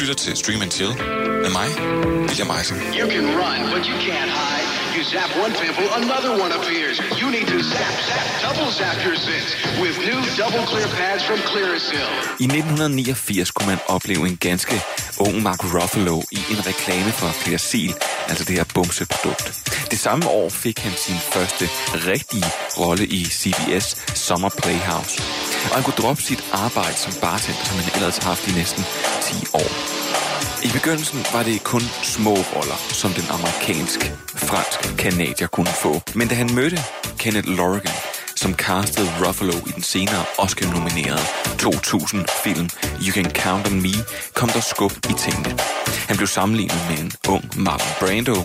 lytter til Stream & Chill med mig, William Eising. You can run, but you can't hide. You zap one pimple, another one appears. You need to zap, double zap your sins with new double clear pads from Clearasil. I 1989 kunne man opleve en ganske ung Mark Ruffalo i en reklame for Clearasil, altså det her bumseprodukt. Det samme år fik han sin første rigtige rolle i CBS Summer Playhouse. Og han kunne droppe sit arbejde som bartender, som han ellers har haft i næsten 10 år. I begyndelsen var det kun små roller, som den amerikansk-fransk kanadier kunne få. Men da han mødte Kenneth Lonergan, som castede Ruffalo i den senere Oscar-nominerede 2000-film You Can Count On Me, kom der skub i tingene. Han blev sammenlignet med en ung Marlon Brando.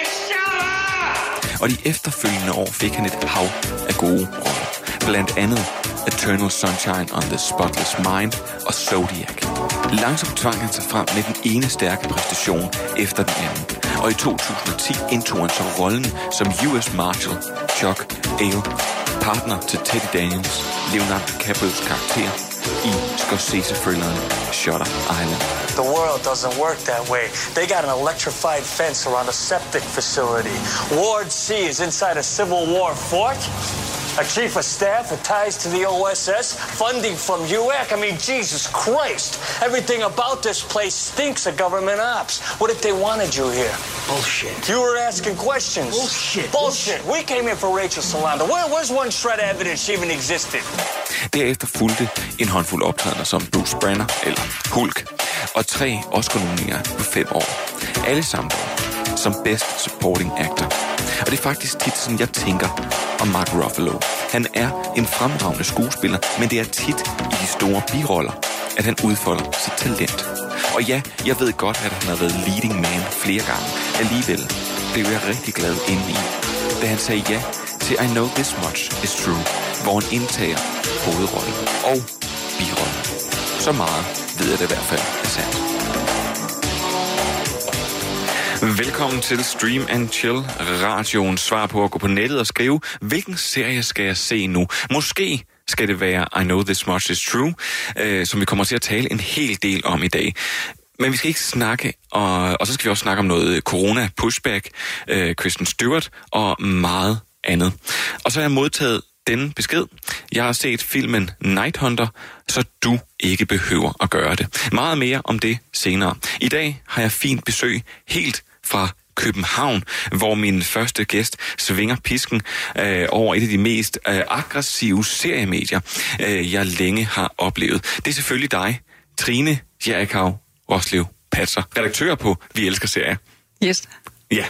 Og de efterfølgende år fik han et hav af gode roller. Blandt andet Eternal Sunshine on the Spotless Mind og Zodiac. Langsomt tvang han sig frem med den ene stærke præstation efter den anden. Og i 2010 indtog han så rollen som US Marshal Chuck Ale, partner til Teddy Daniels, Leonardo DiCaprios karakter i Scorsese-thrilleren Shutter Island. The world doesn't work that way. They got an electrified fence around a septic facility. Ward C is inside a Civil War fort. A chief of staff with ties to the OSS, funding from UAC. I mean, Jesus Christ. Everything about this place stinks of government ops. What if they wanted you here? Bullshit. You were asking questions. Bullshit. We came in for Rachel Solano. Where's one shred of evidence she even existed? Derefter fulgte en håndfuld optrædener som Bruce Banner eller Hulk, og 3 Oscar-nomineringer på 5 år. Alle sammen som Best Supporting Actor. Og det er faktisk tit sådan, jeg tænker om Mark Ruffalo. Han er en fremragende skuespiller, men det er tit i de store biroller, at han udfolder sit talent. Og ja, jeg ved godt, at han har været leading man flere gange. Alligevel blev jeg rigtig glad indeni, da han sagde ja til I Know This Much Is True, hvor han indtager hovedrollen og birollen. Så meget ved jeg det i hvert fald er sandt. Velkommen til Stream & Chill, radioens svar på at gå på nettet og skrive, hvilken serie skal jeg se nu? Måske skal det være I Know This Much Is True, som vi kommer til at tale en hel del om i dag. Men vi skal ikke snakke, og så skal vi også snakke om noget corona, pushback, Kristen Stewart og meget andet. Og så har jeg modtaget denne besked. Jeg har set filmen Night Hunter, så du ikke behøver at gøre det. Meget mere om det senere. I dag har jeg fint besøg helt fra København, hvor min første gæst svinger pisken over et af de mest aggressive seriemedier, jeg længe har oplevet. Det er selvfølgelig dig, Trine Jerichau Roslev Patser, redaktør på Vi Elsker Serier. Yes. Ja,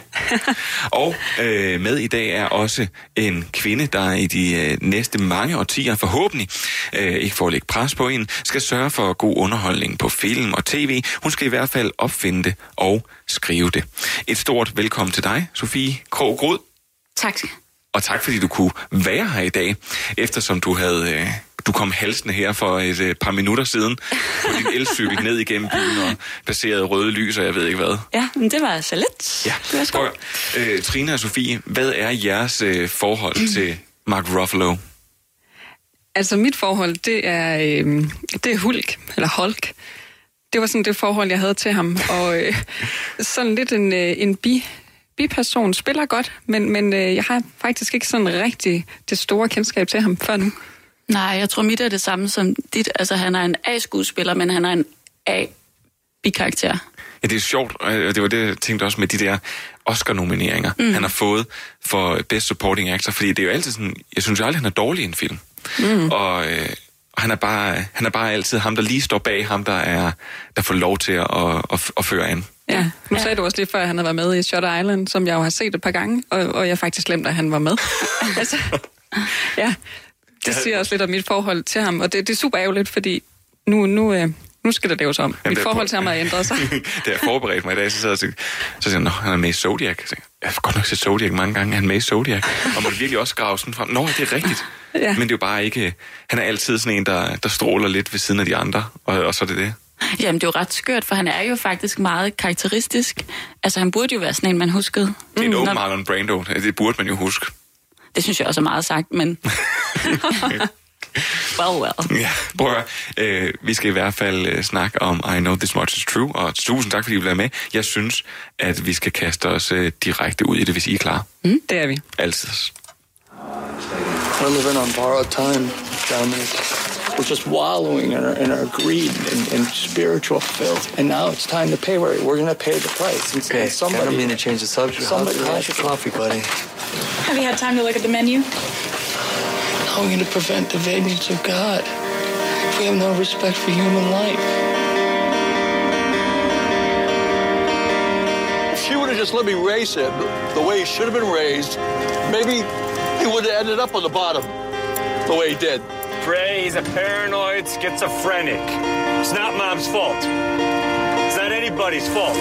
og med i dag er også en kvinde, der i de næste mange årtier forhåbentlig, ikke for at lægge pres på hende, skal sørge for god underholdning på film og tv. Hun skal i hvert fald opfinde det og skrive det. Et stort velkommen til dig, Sofie Krogh Groth. Tak. Og tak fordi du kunne være her i dag, eftersom du kom halsende her for et par minutter siden på din elcykel ned igennem byen og passerede røde lys, og jeg ved ikke hvad. Ja, men det var så lidt. Ja. Trine og Sofie, hvad er jeres forhold til Mark Ruffalo? Altså mit forhold, det er Hulk, eller Hulk. Det var sådan det forhold, jeg havde til ham, og sådan lidt en biperson, spiller godt, men jeg har faktisk ikke sådan rigtig det store kendskab til ham før nu. Nej, jeg tror mit er det samme som dit. Altså han er en A-skuespiller, men han er en A-bikarakter. Ja, det er sjovt, og det var det, jeg tænkte også med de der Oscar-nomineringer, han har fået for Best Supporting Actor, fordi det er jo altid sådan, jeg synes jo aldrig, han er dårlig i en film. Og han er bare altid ham, der lige står bag ham, der får lov til at føre an. Ja, nu sagde du også lige før, at han havde været med i Shutter Island, som jeg jo har set et par gange, og jeg faktisk glemte, at han var med. Altså, ja, det siger også lidt om mit forhold til ham, og det er super ærgerligt, fordi nu skal det laves om. Mit forhold til ham har ændret sig. Da jeg forberedte mig i dag, så siger jeg, han er med i Zodiac. Jeg har godt nok set Zodiac mange gange, han er med i Zodiac. Og må virkelig også grave sådan frem. Nå, det er rigtigt. Ja. Men det er jo bare ikke... Han er altid sådan en, der stråler lidt ved siden af de andre, og så er det. Jamen, det er jo ret skørt, for han er jo faktisk meget karakteristisk. Altså, han burde jo være sådan en, man huskede. Det er en ung Marlon Brando. Det burde man jo huske. Det synes jeg også er meget sagt, men... Well. Ja, prøv at høre. Vi skal i hvert fald snakke om I Know This Much Is True, og tusind tak, fordi I vil være med. Jeg synes, at vi skal kaste os direkte ud i det, hvis I er klar. Det er vi. Altid. We're living on borrowed time, Dominic. We're just wallowing in our greed and spiritual filth. And now it's time to pay. We're going to pay the price. Okay, I don't mean to change the subject. How's your coffee, buddy? Have you had time to look at the menu? How are we going to prevent the vengeance of God if we have no respect for human life? If he would have just let me raise him the way he should have been raised, maybe he would have ended up on the bottom the way he did. Trey, he's a paranoid schizophrenic. It's not Mom's fault. It's not anybody's fault.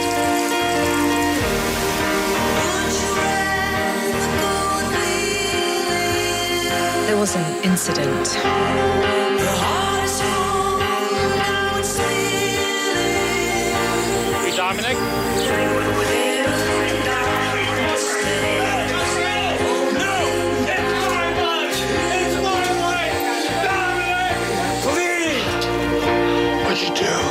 There was an incident. Hey, Dominic? What'd you do?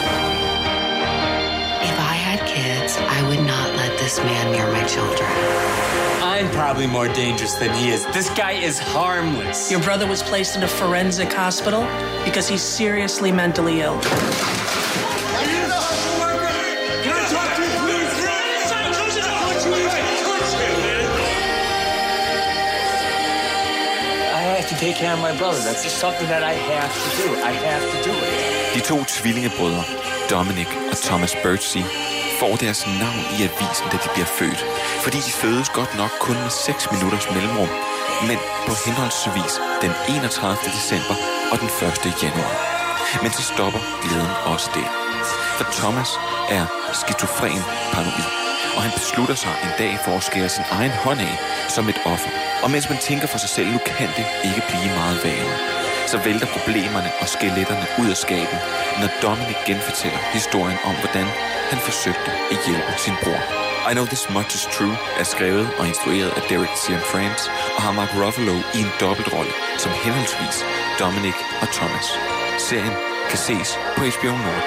If I had kids, I would not let this man near my children. I'm probably more dangerous than he is. This guy is harmless. Your brother was placed in a forensic hospital because he's seriously mentally ill. To take care of my brother. That's just something that I have to do. I have to do it. De to tvillingebrødre, Dominic og Thomas Birdsey, får deres navn i avisen, da de bliver født. Fordi de fødes godt nok kun med 6 minutters mellemrum, men på henholdsvis den 31. december og den 1. januar. Men så stopper glæden også der. For Thomas er skizofren paranoid, og han beslutter sig en dag for at skære sin egen hånd af som et offer. Og mens man tænker for sig selv, nu kan det ikke blive meget værre, så vælter problemerne og skeletterne ud af skabet, når Dominic genfortæller historien om, hvordan han forsøgte at hjælpe sin bror. I Know This Much Is True er skrevet og instrueret af Derek Cianfrance og har Mark Ruffalo i en dobbeltrolle som henholdsvis Dominic og Thomas. Serien kan ses på HBO Nord.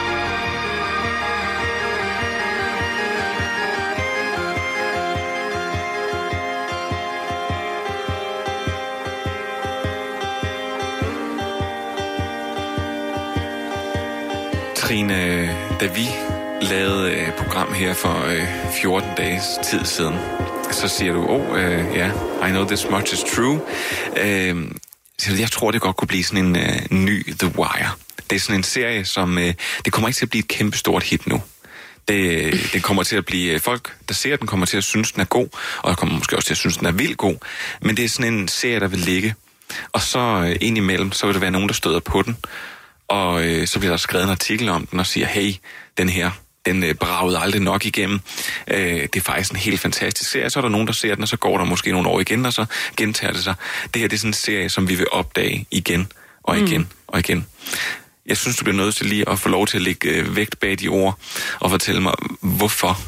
Trine, da vi lavede et program her for 14 dages tid siden, så siger du, I Know This Much Is True. Jeg tror, det godt kunne blive sådan en ny The Wire. Det er sådan en serie, som det kommer ikke til at blive et kæmpestort hit nu. Det kommer til at blive folk, der ser den, kommer til at synes, den er god, og der kommer måske også til at synes, den er vildt god. Men det er sådan en serie, der vil ligge. Og så indimellem, så vil der være nogen, der støder på den. Og så bliver der skrevet en artikel om den og siger, hey, den bragede aldrig nok igennem. Det er faktisk en helt fantastisk serie. Så er der nogen, der ser den, og så går der måske nogle år igen, og så gentager det sig. Det her det er sådan en serie, som vi vil opdage igen og igen og igen. Jeg synes, du bliver nødt til lige at få lov til at lægge vægt bag de ord og fortælle mig, hvorfor.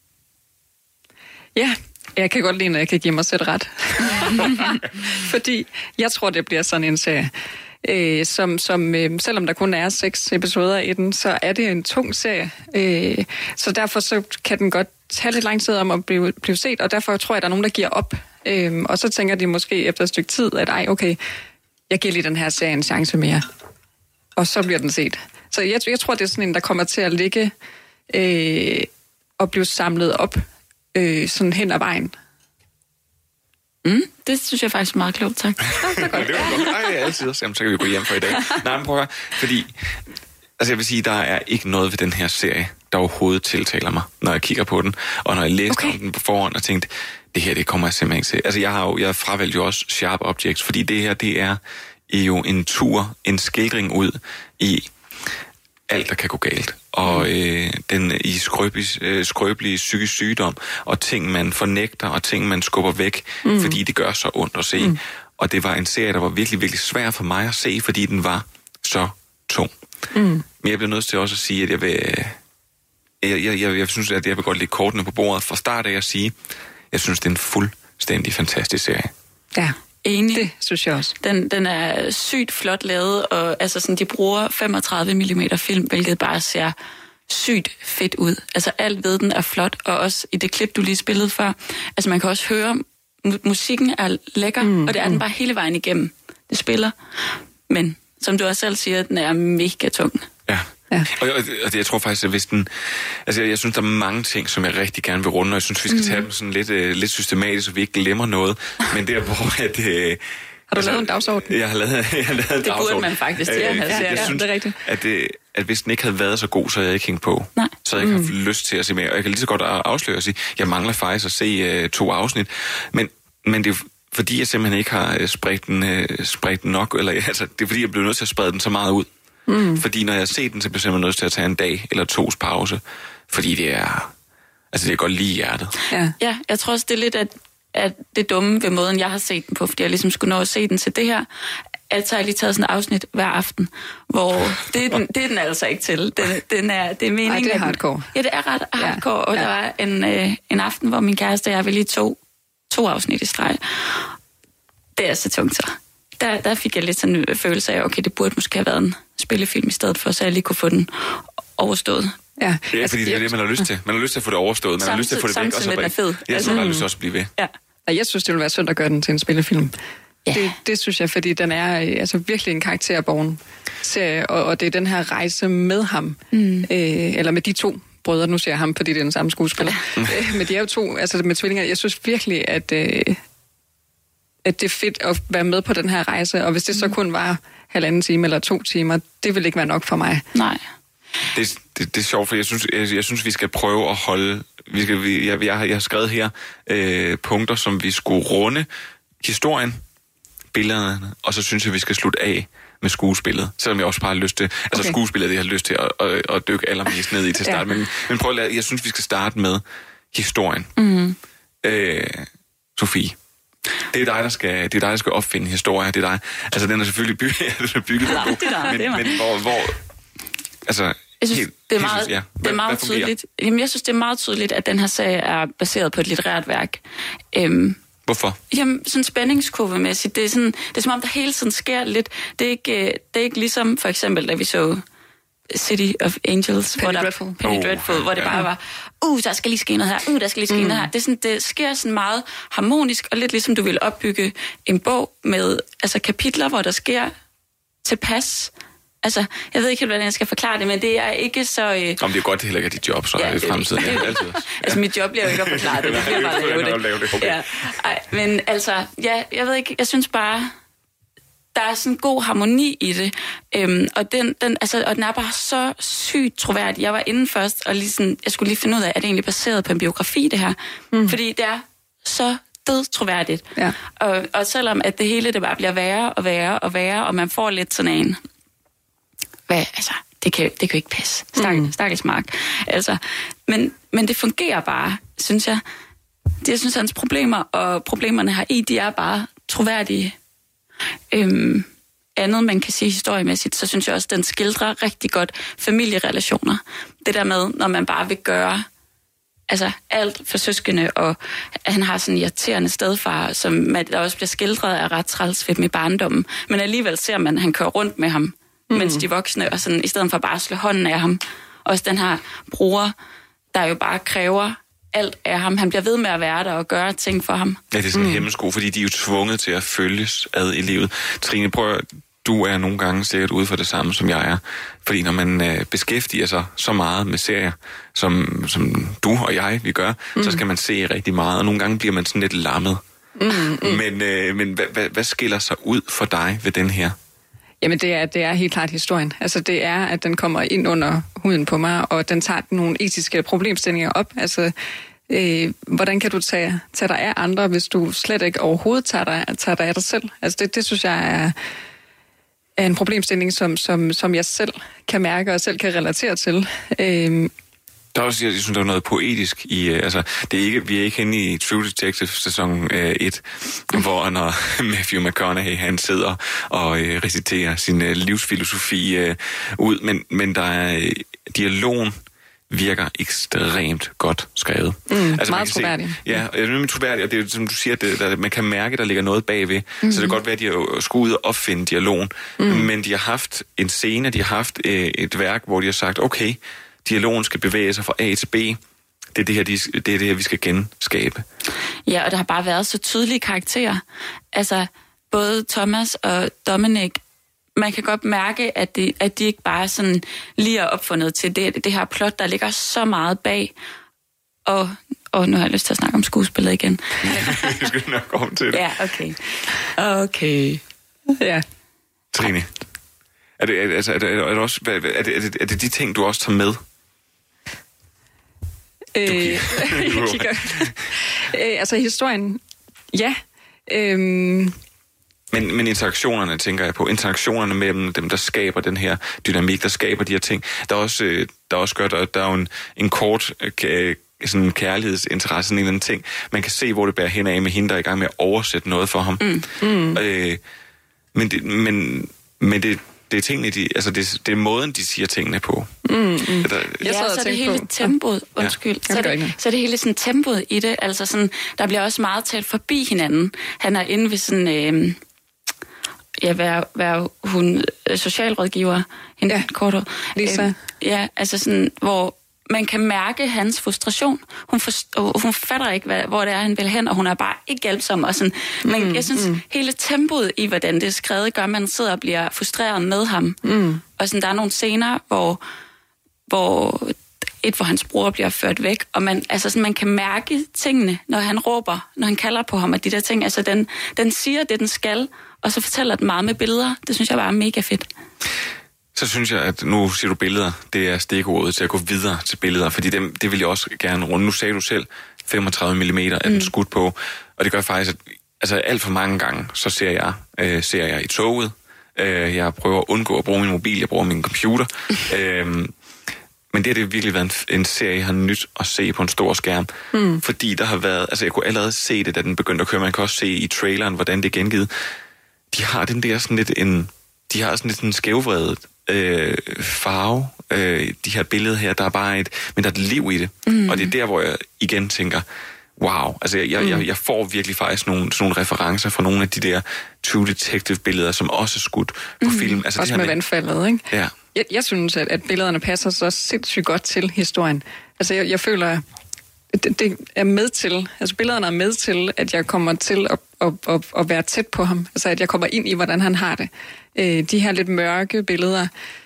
Ja, jeg kan godt lide, når jeg kan give mig selv ret. Fordi jeg tror, det bliver sådan en serie, som selvom der kun er 6 episoder i den, så er det en tung serie. Så derfor så kan den godt tage lidt lang tid om at blive set, og derfor tror jeg, der er nogen, der giver op. Og så tænker de måske efter et stykke tid, at okay, jeg giver lige den her serie en chance mere. Og så bliver den set. Så jeg tror, det er sådan en, der kommer til at ligge og blive samlet op sådan hen ad vejen. Det synes jeg faktisk er meget klogt, tak. Det var godt. Ej, altid. Jamen, så kan vi gå hjem for i dag. Nej, men prøv at høre, fordi jeg vil sige, der er ikke noget ved den her serie, der overhovedet tiltaler mig, når jeg kigger på den, og når jeg læste om den på forhånd og tænkte, det her, det kommer jeg simpelthen ikke til. Altså, jeg fravalgte jo også Sharp Objects, fordi det her, det er jo en skildring ud i alt, der kan gå galt. Og den i skrøbelige psykisk sygdom, og ting, man fornægter, og ting, man skubber væk, fordi det gør så ondt at se. Og det var en serie, der var virkelig, virkelig svær for mig at se, fordi den var så tung. Men jeg bliver nødt til også at sige, at jeg synes, at jeg vil godt lægge kortene på bordet fra start af at sige, jeg synes, det er en fuldstændig fantastisk serie. Ja. Enig. Det synes jeg også. Den er sygt flot lavet, og altså sådan, de bruger 35 mm film, hvilket bare ser sygt fedt ud. Altså alt ved den er flot, og også i det klip, du lige spillede før. Altså man kan også høre, musikken er lækker, og det er den bare hele vejen igennem. Det spiller. Men som du også selv siger, den er mega tung. Ja. Og jeg tror faktisk, at hvis den... Altså, jeg synes, der er mange ting, som jeg rigtig gerne vil runde, og jeg synes, vi skal tage dem sådan lidt systematisk, så vi ikke glemmer noget. Men der, hvor at... Har du lavet en dagsorden? Jeg har lavet en dagsorden. Det burde man faktisk til at have. Jeg synes, det er rigtigt. At hvis den ikke havde været så god, så havde jeg ikke hængt på. Nej. Så havde jeg ikke haft lyst til at se mere. Og jeg kan lige så godt afsløre og sige, jeg mangler faktisk at se 2 afsnit. Men det er fordi, jeg simpelthen ikke har spredt den nok. Eller, altså, det er fordi, jeg blev nødt til at sprede den så meget ud. Fordi når jeg ser den, så bliver jeg simpelthen nødt til at tage en dag eller 2's pause. Fordi det er... Altså, det er godt lige i hjertet. Ja, jeg tror også, det er lidt at det dumme ved måden, jeg har set den på, fordi jeg ligesom skulle nå at se den til det her, at så har jeg lige taget sådan et afsnit hver aften, hvor det er den altså ikke til. Det er meningen... Ej, det er hardcore. Ja, det er ret hardcore, og der var en aften, hvor min kæreste og jeg ville lige to afsnit i streg. Det er så tungt så. Der fik jeg lidt sådan en følelse af, okay, det burde måske have været en spillefilm i stedet for, så jeg lige kunne få den overstået. Ja, fordi det er det, man har lyst til. Man har lyst til at få det overstået, man har lyst til at få det væk, og så bare... Ja, så har man lyst til også at blive ved. Ja. Jeg synes, det ville være synd at gøre den til en spillefilm. Ja. Det synes jeg, fordi den er altså virkelig en karakterborgen serie, og det er den her rejse med ham, eller med de 2 brødre, nu siger jeg ham, fordi det er den samme skuespiller. Men de er jo 2, altså med tvillinger. Jeg synes virkelig, at det er fedt at være med på den her rejse, og hvis det så kun var 1,5 time eller 2 timer, det vil ikke være nok for mig. Nej. Det er sjovt, for jeg synes, vi skal prøve at holde... Jeg har skrevet her punkter, som vi skulle runde. Historien, billederne, og så synes jeg, vi skal slutte af med skuespillet. Selvom jeg også bare har lyst til... Altså skuespillet, jeg har lyst til at dykke allermest ned i til start. Men prøv at lade... Jeg synes, vi skal starte med historien. Sofie. Det er dig, der skal opfinde historier. Det er dig. Altså, den er selvfølgelig bygget på. Men hvor altså... Jeg synes, det er meget tydeligt. Jamen, jeg synes, det er meget tydeligt, at den her sag er baseret på et litterært værk. Hvorfor? Jamen, sådan spændingskurvemæssigt. Det er som om, der hele tiden sker lidt. Det er ikke ligesom, for eksempel, da vi så City of Angels, Penny Dreadful, hvor det bare var, der skal lige ske noget her, der skal lige ske noget her. Det er sådan, det sker sådan meget harmonisk, og lidt ligesom du vil opbygge en bog med altså kapitler, hvor der sker tilpas. Altså, jeg ved ikke helt, hvordan jeg skal forklare det, men det er ikke så... Om det er godt, det heller ikke er dit job, så i fremtiden. Altså, mit job bliver jo ikke at forklare det bliver bare at lave det. Okay. Ja. Men altså, jeg ved ikke, jeg synes bare, der er sådan en god harmoni i det, og den er bare så sygt troværdig. Jeg var inde først, og lige sådan, jeg skulle lige finde ud af, at det egentlig baseret på en biografi, det her. Fordi det er så dødstroværdigt. Ja. Og selvom at det hele, det bare bliver værre og værre og værre, og man får lidt sådan en... Altså, det kan jo ikke passe. Stakkels Mark. Altså, men det fungerer bare, synes jeg. Jeg synes, hans problemerne her i, de er bare troværdige. Andet, man kan sige historiemæssigt, så synes jeg også, den skildrer rigtig godt familierelationer. Det der med, når man bare vil gøre altså alt for søskende, og han har sådan en irriterende stedfar, som der også bliver skildret af ret træls ved dem i barndommen. Men alligevel ser man, at han kører rundt med ham, mens de voksne, og sådan, i stedet for bare at slå hånden af ham. Også den her bror, der jo bare kræver alt af ham. Han bliver ved med at være der og gøre ting for ham. Ja, det er sådan en hemmesko, fordi de er jo tvunget til at følges ad i livet. Trine, prøv, du er nogle gange sikkert ude for det samme, som jeg er. Fordi når man beskæftiger sig så meget med serier, som du og jeg, vi gør, så skal man se rigtig meget, og nogle gange bliver man sådan lidt lammet. Men hvad skiller sig ud for dig ved den her? Jamen, det er helt klart historien. Altså, det er, at den kommer ind under huden på mig, og den tager nogle etiske problemstillinger op. Altså, hvordan kan du tage dig af andre, hvis du slet ikke overhovedet tager dig af dig selv? Altså, det synes jeg er en problemstilling, som jeg selv kan mærke og selv kan relatere til. Der er også, jeg synes, der er noget poetisk i, altså, vi er ikke henne i True Detective sæson 1, hvor når Matthew McConaughey, han sidder og reciterer sin livsfilosofi ud, men der er dialogen virker ekstremt godt skrevet. Meget troværdigt. Ja, det er nemlig troværdigt, og det er som du siger, man kan mærke, der ligger noget bagved. Så det kan godt være, at de har skulle ud og opfinde dialogen, men de har haft en scene, de har haft et værk, hvor de har sagt, okay, dialogen skal bevæge sig fra A til B. Det er det her, vi skal genskabe. Ja, og der har bare været så tydelige karakterer. Altså, både Thomas og Dominic, man kan godt mærke, at de ikke bare sådan lige er opfundet til det her plot, der ligger så meget bag. Og nu har jeg lyst til at snakke om skuespillet igen. Jeg skal nok komme til det. Ja, okay. Ja. Trine, er det de ting, du også tager med? Jeg kigger. Altså historien, ja. Men interaktionerne, tænker jeg på. Interaktionerne mellem dem, der skaber den her dynamik, der skaber de her ting. Der er jo en kort sådan kærlighedsinteresse, sådan en eller anden ting. Man kan se, hvor det bærer hen af med hende, der er i gang med at oversætte noget for ham. Men det er tingene, det er måden, de siger tingene på. Så er det hele tempoet, undskyld. Så er det hele sådan tempoet i det. Altså sådan, der bliver også meget talt forbi hinanden. Han er inde ved sådan, hun socialrådgiver, hende kortet. Lisa. Altså sådan, hvor man kan mærke hans frustration. Hun fatter ikke, hvor det er, han vil hen, og hun er bare ikke hjælpsom. Og sådan. Men jeg synes, hele tempoet i, hvordan det er skrevet, gør, at man sidder og bliver frustreret med ham. Og sådan, der er nogle scener, hvor hans bror bliver ført væk, og man kan mærke tingene, når han råber, når han kalder på ham, og de der ting. Altså, den siger det, den skal, og så fortæller den meget med billeder. Det synes jeg bare er mega fedt. Så synes jeg, at nu siger du billeder, det er stikordet til at gå videre til billeder, fordi det vil jeg også gerne runde. Nu sagde du selv, 35 mm er den skudt på, og det gør faktisk, at alt for mange gange, så ser jeg i toget. Jeg prøver at undgå at bruge min mobil, jeg bruger min computer. Men det har virkelig været en serie, jeg har nyt at se på en stor skærm. Fordi der har været, altså jeg kunne allerede se det, da den begyndte at køre. Man kan også se i traileren, hvordan det er gengivet. De har den der sådan lidt en skævvredet farve, de her billeder her, der er bare men der er et liv i det. Og det er der, hvor jeg igen tænker, wow, altså jeg får virkelig faktisk nogle referencer fra nogle af de der True Detective-billeder, som også er skudt på film. Altså, også med vandfaldet, ikke? Ja. Jeg synes, at billederne passer så sindssygt godt til historien. Altså jeg føler, det er med til, altså billederne er med til, at jeg kommer til at være tæt på ham. Altså at jeg kommer ind i, hvordan han har det. De her lidt mørke billeder,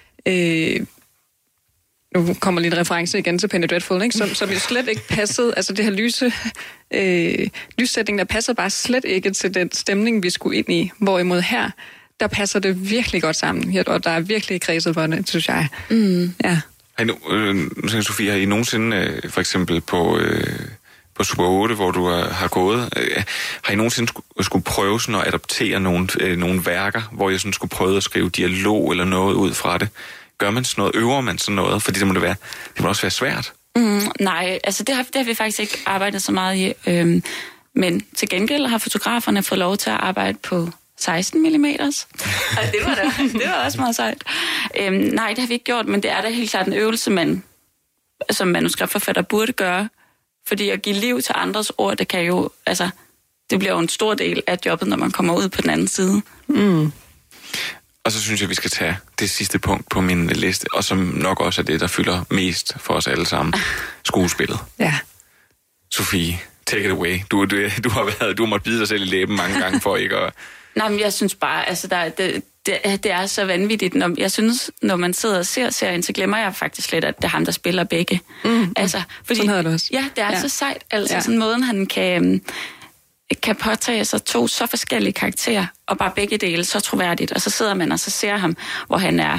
nu kommer lidt reference igen til Penny Dreadful, ikke? Som jo slet ikke passede, altså det her lyssætning, der passer bare slet ikke til den stemning, vi skulle ind i. Hvorimod her, der passer det virkelig godt sammen, og der er virkelig kredset på det, synes jeg. Ja. Sofie, har I nogensinde, for eksempel på Super 8, hvor du har gået, har I nogensinde skulle prøve sådan at adoptere nogle værker, hvor jeg sådan skulle prøve at skrive dialog eller noget ud fra det? Gør man sådan noget? Øver man sådan noget? Fordi det må også være svært. Nej, altså det har vi faktisk ikke arbejdet så meget i. Men til gengæld har fotograferne fået lov til at arbejde på 16 mm. Og det var også meget sejt. Nej, det har vi ikke gjort, men det er da helt klart en øvelse, man som manuskriptforfatter burde gøre. Fordi at give liv til andres ord, det kan jo, altså, det bliver jo en stor del af jobbet, når man kommer ud på den anden side. Og så synes jeg, vi skal tage det sidste punkt på min liste, og som nok også er det, der fylder mest for os alle sammen. Skuespillet. Ja. Sofie, take it away. Du har måttet bide dig selv i læben mange gange for ikke at... Nej, men jeg synes bare, altså, det er så vanvittigt. Jeg synes, når man sidder og ser serien, så glemmer jeg faktisk lidt, at det er ham, der spiller begge. Altså, fordi, sådan havde det også. Ja, det er så sejt. Altså, sådan måden, han kan påtage sig to så forskellige karakterer, og bare begge dele så troværdigt. Og så sidder man og så ser ham, hvor han er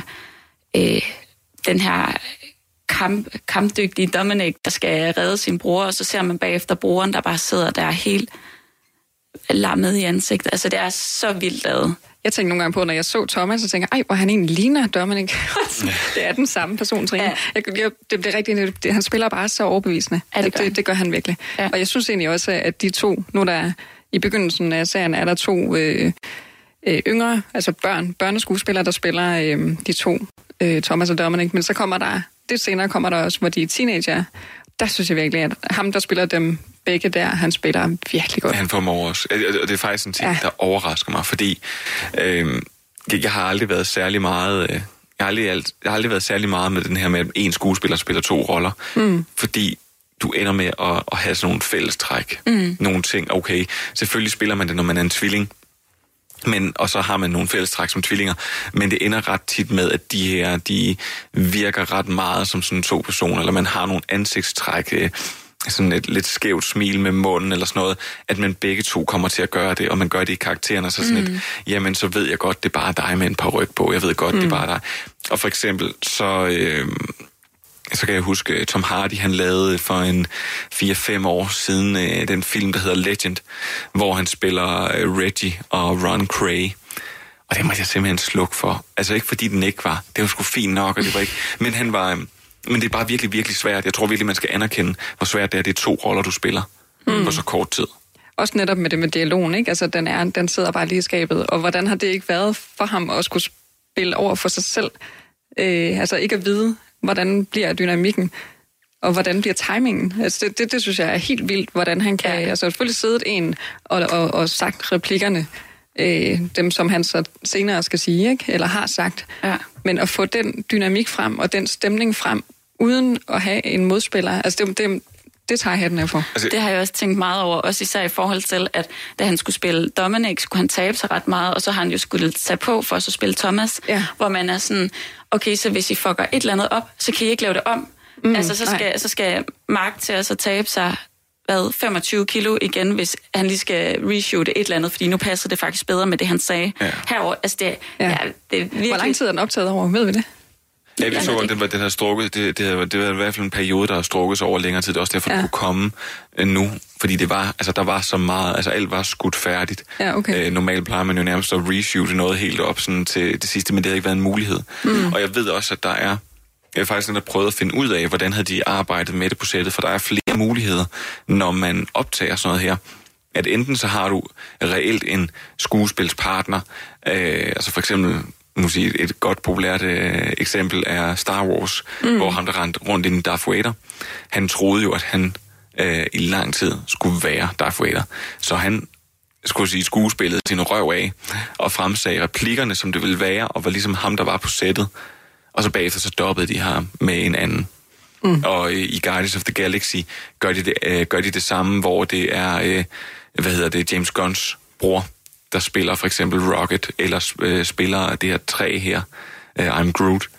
den her kampdygtige Dominic, der skal redde sin bror, og så ser man bagefter broren, der bare sidder der helt lammet i ansigtet. Altså, det er så vildt lavet. Jeg tænkte nogle gange på, når jeg så Thomas, så tænker jeg, hvor han egentlig ligner Dominic. Det er den samme person, Trine. Ja. Det bliver rigtigt, han spiller bare så overbevisende. Ja, det gør han virkelig. Ja. Og jeg synes egentlig også, at de to, nu der i begyndelsen af serien, er der to yngre, altså børneskuespillere, der spiller de to, Thomas og Dominic, men så kommer der det senere kommer der også, hvor de er teenager. Der synes jeg virkelig, at ham, der spiller dem begge der, han spiller virkelig godt. Han formår også. Og det er faktisk en ting, der overrasker mig, fordi jeg har aldrig været særlig meget... Jeg har aldrig været særlig meget med den her med, at en skuespiller spiller 2 roller. Fordi du ender med at have sådan nogle fællestræk. Nogle ting, okay, selvfølgelig spiller man det, når man er en tvilling. Og så har man nogle fællestræk som tvillinger. Men det ender ret tit med, at de virker ret meget som sådan 2 personer. Eller man har nogle ansigtstræk, sådan et lidt skævt smil med munden eller sådan noget. At man begge 2 kommer til at gøre det, og man gør det i karaktererne. Så sådan et, jamen så ved jeg godt, det er bare dig med en paryk på. Jeg ved godt, det er bare dig. Og for eksempel, så kan jeg huske, Tom Hardy, han lavede for en 4-5 år siden den film, der hedder Legend, hvor han spiller Reggie og Ron Cray. Og det måtte jeg simpelthen slukke for. Altså ikke fordi den ikke var. Det var sgu fint nok, og det var ikke... Men det er bare virkelig, virkelig svært. Jeg tror virkelig, man skal anerkende, hvor svært det er. Det er 2 roller, du spiller på så kort tid. Også netop med det med dialogen, ikke? Altså, den sidder bare lige i skabet. Og hvordan har det ikke været for ham at skulle spille over for sig selv? Altså ikke at vide, hvordan bliver dynamikken, og hvordan bliver timingen. Altså det synes jeg er helt vildt, hvordan han kan... Altså selvfølgelig siddet en og sagt replikkerne, dem som han så senere skal sige, ikke? Eller har sagt. Ja. Men at få den dynamik frem, og den stemning frem, uden at have en modspiller, altså det tager jeg hatten af for. Altså, det har jeg også tænkt meget over, også især i forhold til, at da han skulle spille Dominic, skulle han tabe sig ret meget, og så har han jo skulle tage på for at så spille Thomas, hvor man er sådan, okay, så hvis I fucker et eller andet op, så kan I ikke lave det om. Altså, så skal Mark til at så tabe sig 25 kilo igen, hvis han lige skal reshoote et eller andet, fordi nu passer det faktisk bedre med det, han sagde herover. Altså, det er virkelig... Hvor lang tid er den optaget over? Ved vi det? Ja, vi så, at den har strukket. Det var i hvert fald en periode, der har strukket sig over længere tid. Det er også derfor, det kunne komme nu. Fordi det var, altså, der var så meget, altså alt var skudt færdigt. Ja, okay. Normalt plejer man jo nærmest at reshoote noget helt op sådan, til det sidste, men det havde ikke været en mulighed. Og jeg ved også, at der er... Jeg har faktisk prøvet at finde ud af, hvordan havde de arbejdet med det på sættet, for der er flere muligheder, når man optager sådan noget her. At enten så har du reelt en skuespilspartner, altså for eksempel... Nu sige, et godt populært eksempel er Star Wars, hvor ham der rendte rundt i Darth Vader. Han troede jo, at han i lang tid skulle være Darth Vader. Så han skulle sige skuespillet sin røv af, og fremsagde replikkerne, som det ville være, og var ligesom ham, der var på sættet. Og så bagefter så dobbede de ham med en anden. Og i Guardians of the Galaxy gør de det samme, hvor det er, James Gunns bror, der spiller for eksempel Rocket, eller spiller det her træ her, I'm Groot,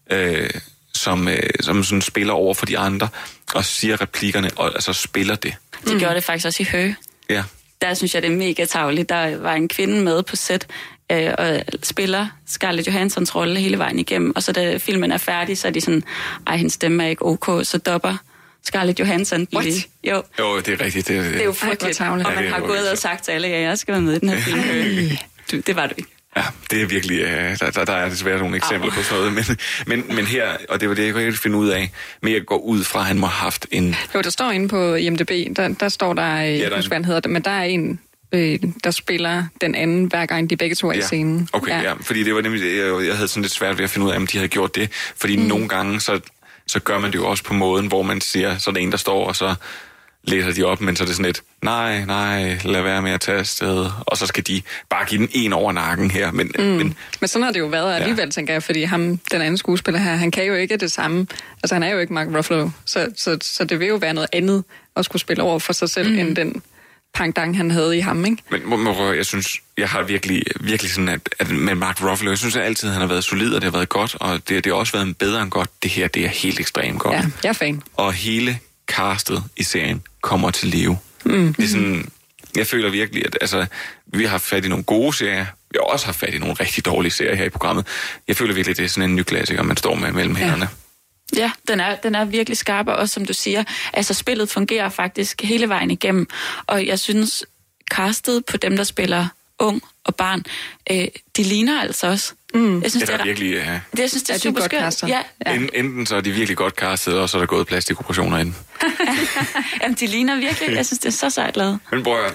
som sådan spiller over for de andre, og siger replikkerne, og altså spiller det. De gjorde det faktisk også i Hø. Ja. Der synes jeg, det er mega tarveligt. Der var en kvinde med på set, og spiller Scarlett Johanssons rolle hele vejen igennem, og så da filmen er færdig, så er de sådan, hendes stemme er ikke ok, så dopper Scarlett Johansson. Jo, det er rigtigt. Det er jo frygteligt, og man har gået og sagt til alle, at jeg skal være med i den her film. Det var du ikke. Ja, det er virkelig, der er desværre nogle eksempler på sådan noget, men her, og det var det, jeg kunne ikke finde ud af, men jeg går ud fra, at han må have haft en... Jo, der står inde på IMDb, der står der, jeg husker, hvad han hedder, men der er en, der spiller den anden, hver gang de begge to er i scenen. Okay, ja, fordi det var nemlig, jeg havde sådan lidt svært ved at finde ud af, om de havde gjort det, fordi nogle gange, så gør man det jo også på måden, hvor man siger, så er der en, der står, og så læser de op, men så er det sådan et, nej, lad være med at tage afsted, og så skal de bare give den en over nakken her. Men sådan har det jo været alligevel, tænker jeg, fordi ham, den anden skuespiller her, han kan jo ikke det samme. Altså, han er jo ikke Mark Ruffalo, så det vil jo være noget andet at skulle spille over for sig selv, end den pangdang, han havde i ham, ikke? Men jeg synes, jeg har virkelig sådan, at med Mark Ruffalo, jeg synes at altid, han har været solid, og det har været godt, og det har også været bedre end godt. Det her, det er helt ekstremt godt. Ja, jeg er fan. Og hele castet i serien kommer til live. Det er sådan, jeg føler virkelig, at altså, vi har haft fat i nogle gode serier, vi har også haft fat i nogle rigtig dårlige serier her i programmet. Jeg føler virkelig, det er sådan en ny klassiker, man står med mellem hænderne. Ja, den er virkelig skarp, og også som du siger, altså spillet fungerer faktisk hele vejen igennem, og jeg synes, castet på dem, der spiller ung og barn, de ligner altså også. Jeg synes, det er virkelig, jeg synes, det er super skørt. Ja. Enten så er de virkelig godt castet, og så er der gået plastikoperationer ind. Jamen, de ligner virkelig. Jeg synes, det er så sejt lavet. Men bror,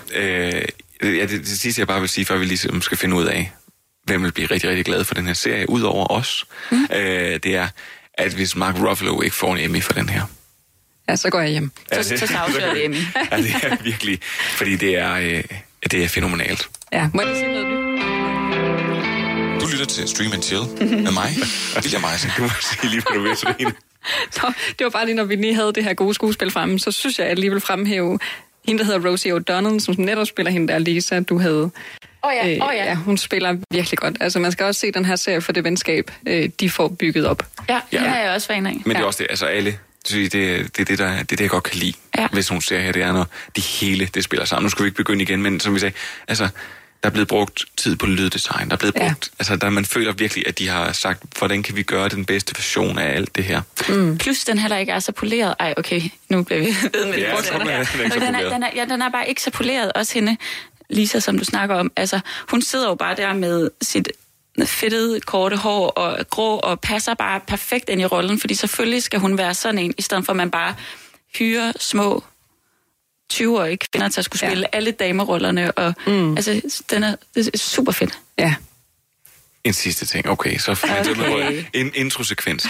det sidste, jeg bare vil sige, før vi lige skal finde ud af, hvem vil blive rigtig, rigtig glad for den her serie, ud over os, det er, at hvis Mark Ruffalo ikke får en Emmy for den her. Ja, så går jeg hjem. Så sagsøger det Emmy. Ja, det er virkelig, fordi det er fænomenalt. Ja, må jeg sige noget nyt? Du lytter til Stream and Chill med mig, William Eisen. Du må sige lige, hvad du vil, Trine. Så det var bare lige, når vi lige havde det her gode skuespil fremme, så synes jeg, at jeg lige vil fremhæve hende, der hedder Rosie O'Donnell, som netop spiller hende der, Lisa, du havde. Ja, hun spiller virkelig godt. Altså, man skal også se den her serie for det venskab, de får bygget op. Ja, det er jeg også fan af. Men det er også det, altså alle, det er det, jeg godt kan lide, hvis hun ser her, det er, når de hele det spiller sammen. Nu skal vi ikke begynde igen, men som vi sagde, altså, der er blevet brugt tid på lyddesign, der er blevet brugt, altså, der man føler virkelig, at de har sagt, hvordan kan vi gøre den bedste version af alt det her. Plus, den heller ikke er så poleret. Ej, okay, nu bliver vi ved med det. Den er bare ikke så poleret, også hende, Lisa, som du snakker om. Altså, hun sidder jo bare der med sit fedtede, korte hår og grå, og passer bare perfekt ind i rollen, fordi selvfølgelig skal hun være sådan en, i stedet for at man bare hyrer små 20-årige kvinder til at skulle spille alle damerollerne, og altså, det er super fedt. Ja. En sidste ting, okay, så en introsekvensen.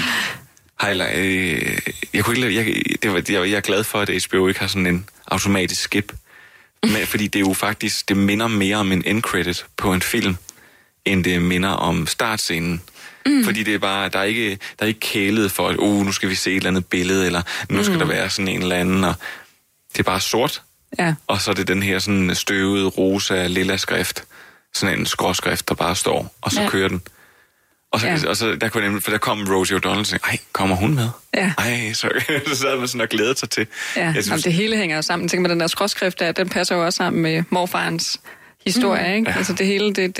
Jeg er glad for, at HBO ikke har sådan en automatisk skip, men, fordi det er jo faktisk, det minder mere om en end credit på en film, end det minder om startscenen. Fordi det er bare, der er ikke kælet for, at nu skal vi se et eller andet billede, eller nu skal der være sådan en eller anden, og det er bare sort. Ja. Og så er det den her sådan støvede, rosa, lilla skrift. Sådan en skråskrift, der bare står, og så kører den. Og så der kunne nemlig, for der kom Rosie O'Donnell og sagde, kommer hun med? Ja. Så sad man sådan og glædede sig til. Ja, synes, det hele hænger jo sammen. Tænk med den der skråskrift der, den passer jo også sammen med morfarens historie, ikke? Ja. Altså det hele, det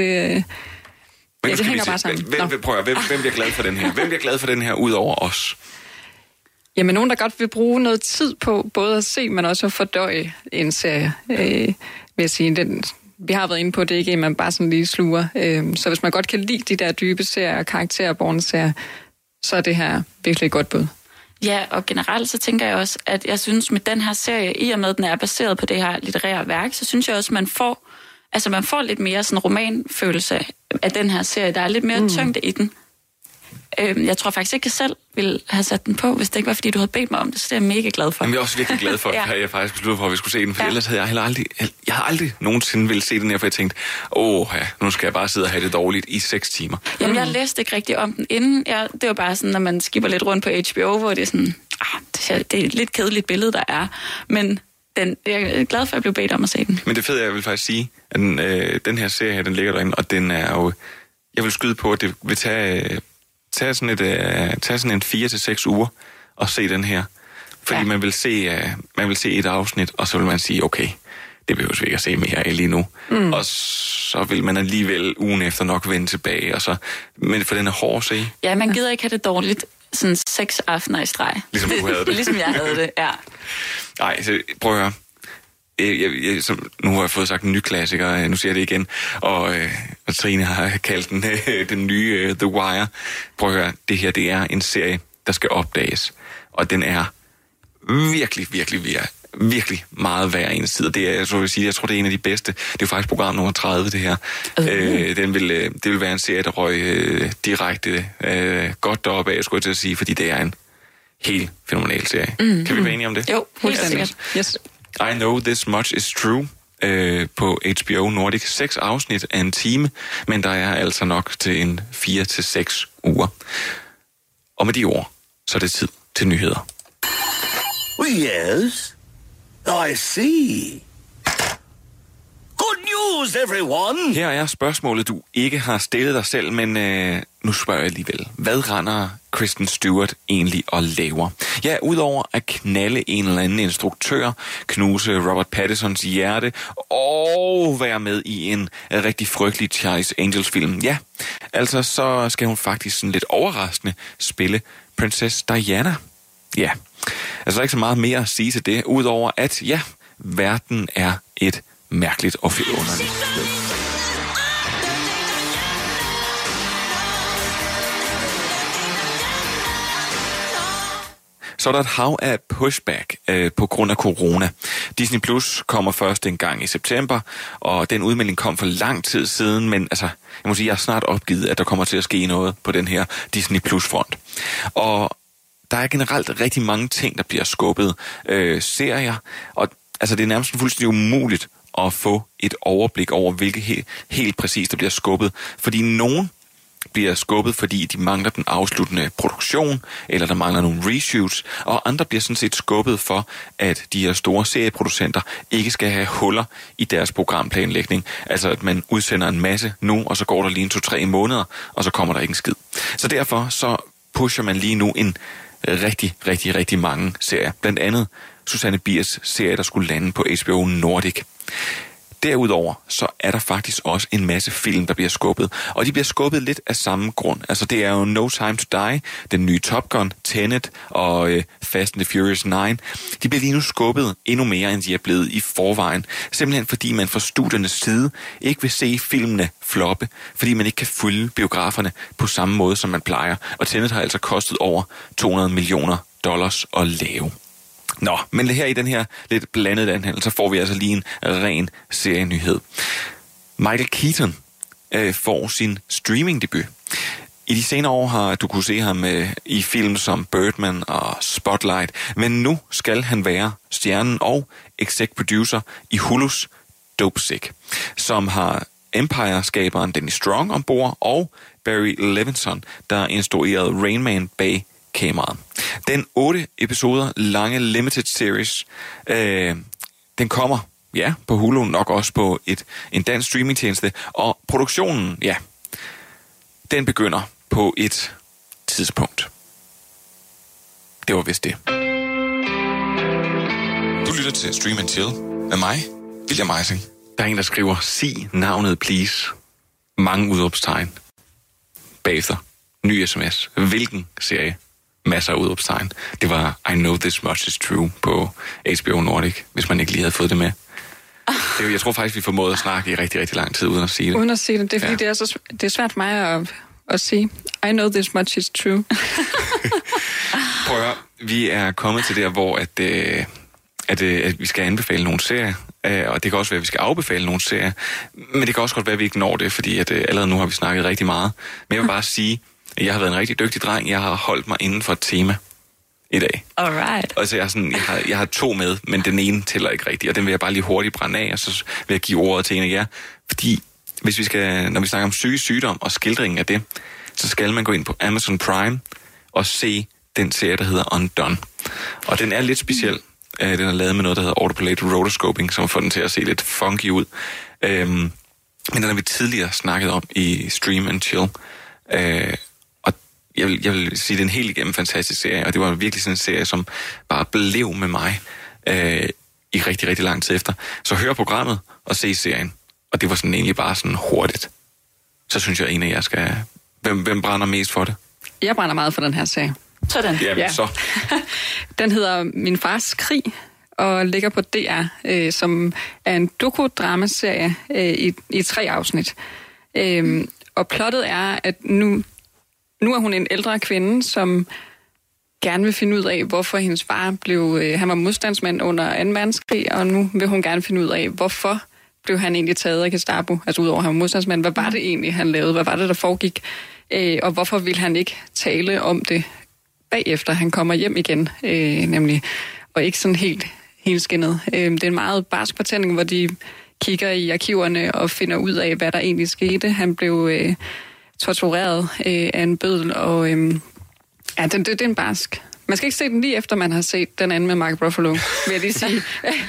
hænger bare sammen. Hvem bliver glad for den her? Hvem bliver glad for den her ud over os? Jamen, nogen, der godt vil bruge noget tid på både at se, men også at fordøje en serie, vil jeg sige. Vi har været inde på det, ikke? Man bare sådan lige sluger. Så hvis man godt kan lide de der dybe serier og karakterborne serier, så er det her virkelig et godt bud. Ja, og generelt så tænker jeg også, at jeg synes med den her serie, i og med at den er baseret på det her litterære værk, så synes jeg også, at man får lidt mere sådan romanfølelse af den her serie. Der er lidt mere tyngde i den. Jeg tror faktisk ikke, jeg selv ville have sat den på, hvis det ikke var, fordi du havde bedt mig om det, så det er jeg mega glad for. Jamen, jeg er også virkelig glad for, at jeg faktisk besluttede for, at vi skulle se den, for ellers havde jeg aldrig nogensinde ville se den her, for jeg tænkte, nu skal jeg bare sidde og have det dårligt i 6 timer. Jamen, jeg læste ikke rigtig om den inden. Det var bare sådan, når man skipper lidt rundt på HBO, hvor det er sådan, det er et lidt kedeligt billede, der er, men jeg er glad for, at jeg blev bedt om at se den. Men det fede, jeg vil faktisk sige, at den her serie, den ligger derinde, og den er jo, jeg vil skyde på, at det vil tage sådan en 4 til 6 uger og se den her. Fordi man vil se et afsnit, og så vil man sige, okay, det behøver vi ikke at se mere af lige nu. Og så vil man alligevel ugen efter nok vende tilbage. Men for den er hård at se. Ja, man gider ikke have det dårligt sådan 6 aftener i streg. Ligesom du havde det. Ligesom jeg havde det, ja. Nej, så prøv at høre. Nu har jeg fået sagt en ny klassiker, nu siger jeg det igen, og Trine har kaldt den nye The Wire. Prøv at høre, det her, det er en serie, der skal opdages, og den er virkelig meget værd en tid. Det er, jeg tror, det er en af de bedste. Det er jo faktisk program nummer 30, det her. Det vil være en serie, der røg direkte godt deroppe af, skulle jeg til at sige, fordi det er en helt fænomenal serie. Kan vi være enige om det? Jo, helt sikkert. Yes. I Know This Much Is True på HBO Nordic. 6 afsnit af en time, men der er altså nok til en 4 til 6 uger. Og med de ord, så er det tid til nyheder. Yes, I see. Good news, everyone! Her er spørgsmålet, du ikke har stillet dig selv, men nu spørger jeg alligevel. Hvad render Kristen Stewart egentlig og laver? Ja, udover at knalde en eller anden instruktør, knuse Robert Pattinsons hjerte og være med i en rigtig frygtelig Charlie's Angels film. Ja, altså så skal hun faktisk sådan lidt overraskende spille Princess Diana. Ja, altså der er ikke så meget mere at sige til det, udover at ja, verden er et mærkeligt og forunderligt sted. så er der et hav af pushback på grund af corona. Disney Plus kommer først en gang i september, og den udmelding kom for lang tid siden, men altså, jeg må sige, jeg er snart opgivet, at der kommer til at ske noget på den her Disney Plus-front. Og der er generelt rigtig mange ting, der bliver skubbet. Serier, og altså, det er nærmest fuldstændig umuligt at få et overblik over, hvilke helt præcis der bliver skubbet. Fordi nogen bliver skubbet, fordi de mangler den afsluttende produktion, eller der mangler nogle reshoots, og andre bliver sådan set skubbet for, at de her store serieproducenter ikke skal have huller i deres programplanlægning. Altså, at man udsender en masse nu, og så går der lige 2-3 måneder, og så kommer der ikke en skid. Så derfor så pusher man lige nu en rigtig mange serier. Blandt andet Susanne Biers serie, der skulle lande på HBO Nordic. Derudover så er der faktisk også en masse film, der bliver skubbet. Og de bliver skubbet lidt af samme grund. Altså det er jo No Time to Die, den nye Top Gun, Tenet og Fast and the Furious 9. De bliver lige nu skubbet endnu mere, end de er blevet i forvejen. Simpelthen fordi man fra studiernes side ikke vil se filmene floppe, fordi man ikke kan fylde biograferne på samme måde, som man plejer. Og Tenet har altså kostet over $200 millioner at lave. Nå, men her i den her lidt blandede anhandel, så får vi altså lige en ren serienyhed. Michael Keaton får sin streamingdebut. I de senere år har du kunne se ham i film som Birdman og Spotlight, men nu skal han være stjernen og exec producer i Hulus Dopesick, som har Empire-skaberen Dennis Strong ombord og Barry Levinson, der instruerede Rain Man bag kameraet. Den 8 episoder lange limited series, den kommer, ja, på Hulu, nok også på en dansk streamingtjeneste, og produktionen, ja, den begynder på et tidspunkt. Det var vist det. Du lytter til Stream and Chill med mig, William Eising. Der er en, der skriver, sig navnet please. Mange udråbstegn. Bagefter, ny sms. Hvilken serie? Masser af udråbstegn. Det var I Know This Much Is True på HBO Nordic, hvis man ikke lige havde fået det med. Jeg tror faktisk, vi formåede at snakke i rigtig lang tid uden at sige det. Uden at sige det. Det er fordi, det er svært for mig at sige. I know this much is true. Prøv at høre, vi er kommet til der, hvor at vi skal anbefale nogle serier, og det kan også være, at vi skal afbefale nogle serier, men det kan også godt være, at vi ikke når det, fordi at allerede nu har vi snakket rigtig meget. Men jeg vil bare sige, at jeg har været en rigtig dygtig dreng. Jeg har holdt mig inden for et tema i dag. Alright. Og så jeg har 2 med, men den ene tæller ikke rigtigt, og den vil jeg bare lige hurtigt brænde af, og så vil jeg give ordet til en af jer. Fordi når vi snakker om psykisk sygdom og skildringen af det, så skal man gå ind på Amazon Prime og se den serie, der hedder Undone. Og den er lidt speciel. Den er lavet med noget, der hedder autoplay rotoscoping, som får den til at se lidt funky ud. Men den har vi tidligere snakket om i Stream and Chill. Og jeg vil sige, det er en helt igennem fantastisk serie, og det var virkelig sådan en serie, som bare blev med mig i rigtig lang tid efter. Så hør programmet og se serien. Og det var sådan egentlig bare sådan hurtigt. Så synes jeg, en af jer skal... Hvem brænder mest for det? Jeg brænder meget for den her serie. Sådan. Jamen, ja. Så. Den hedder Min fars krig, og ligger på DR, som er en dokudramaserie i 3 afsnit. Og plottet er, at nu er hun en ældre kvinde, som gerne vil finde ud af, hvorfor hendes far han var modstandsmand under 2. verdenskrig, og nu vil hun gerne finde ud af, hvorfor blev han egentlig taget af Gestapo, altså udover at han var modstandsmand. Hvad var det egentlig, han lavede? Hvad var det, der foregik? Og hvorfor ville han ikke tale om det bagefter, han kommer hjem igen, nemlig, og ikke sådan helt skinnet. Det er en meget barsk fortælling, hvor de kigger i arkiverne og finder ud af, hvad der egentlig skete. Han blev tortureret af en bøddel, og det er en barsk. Man skal ikke se den lige efter, man har set den anden med Mark Ruffalo, vil jeg lige sige.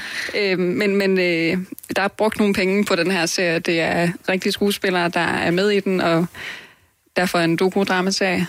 men der er brugt nogle penge på den her serie. Det er rigtige skuespillere, der er med i den, og derfor en dokudramaserie.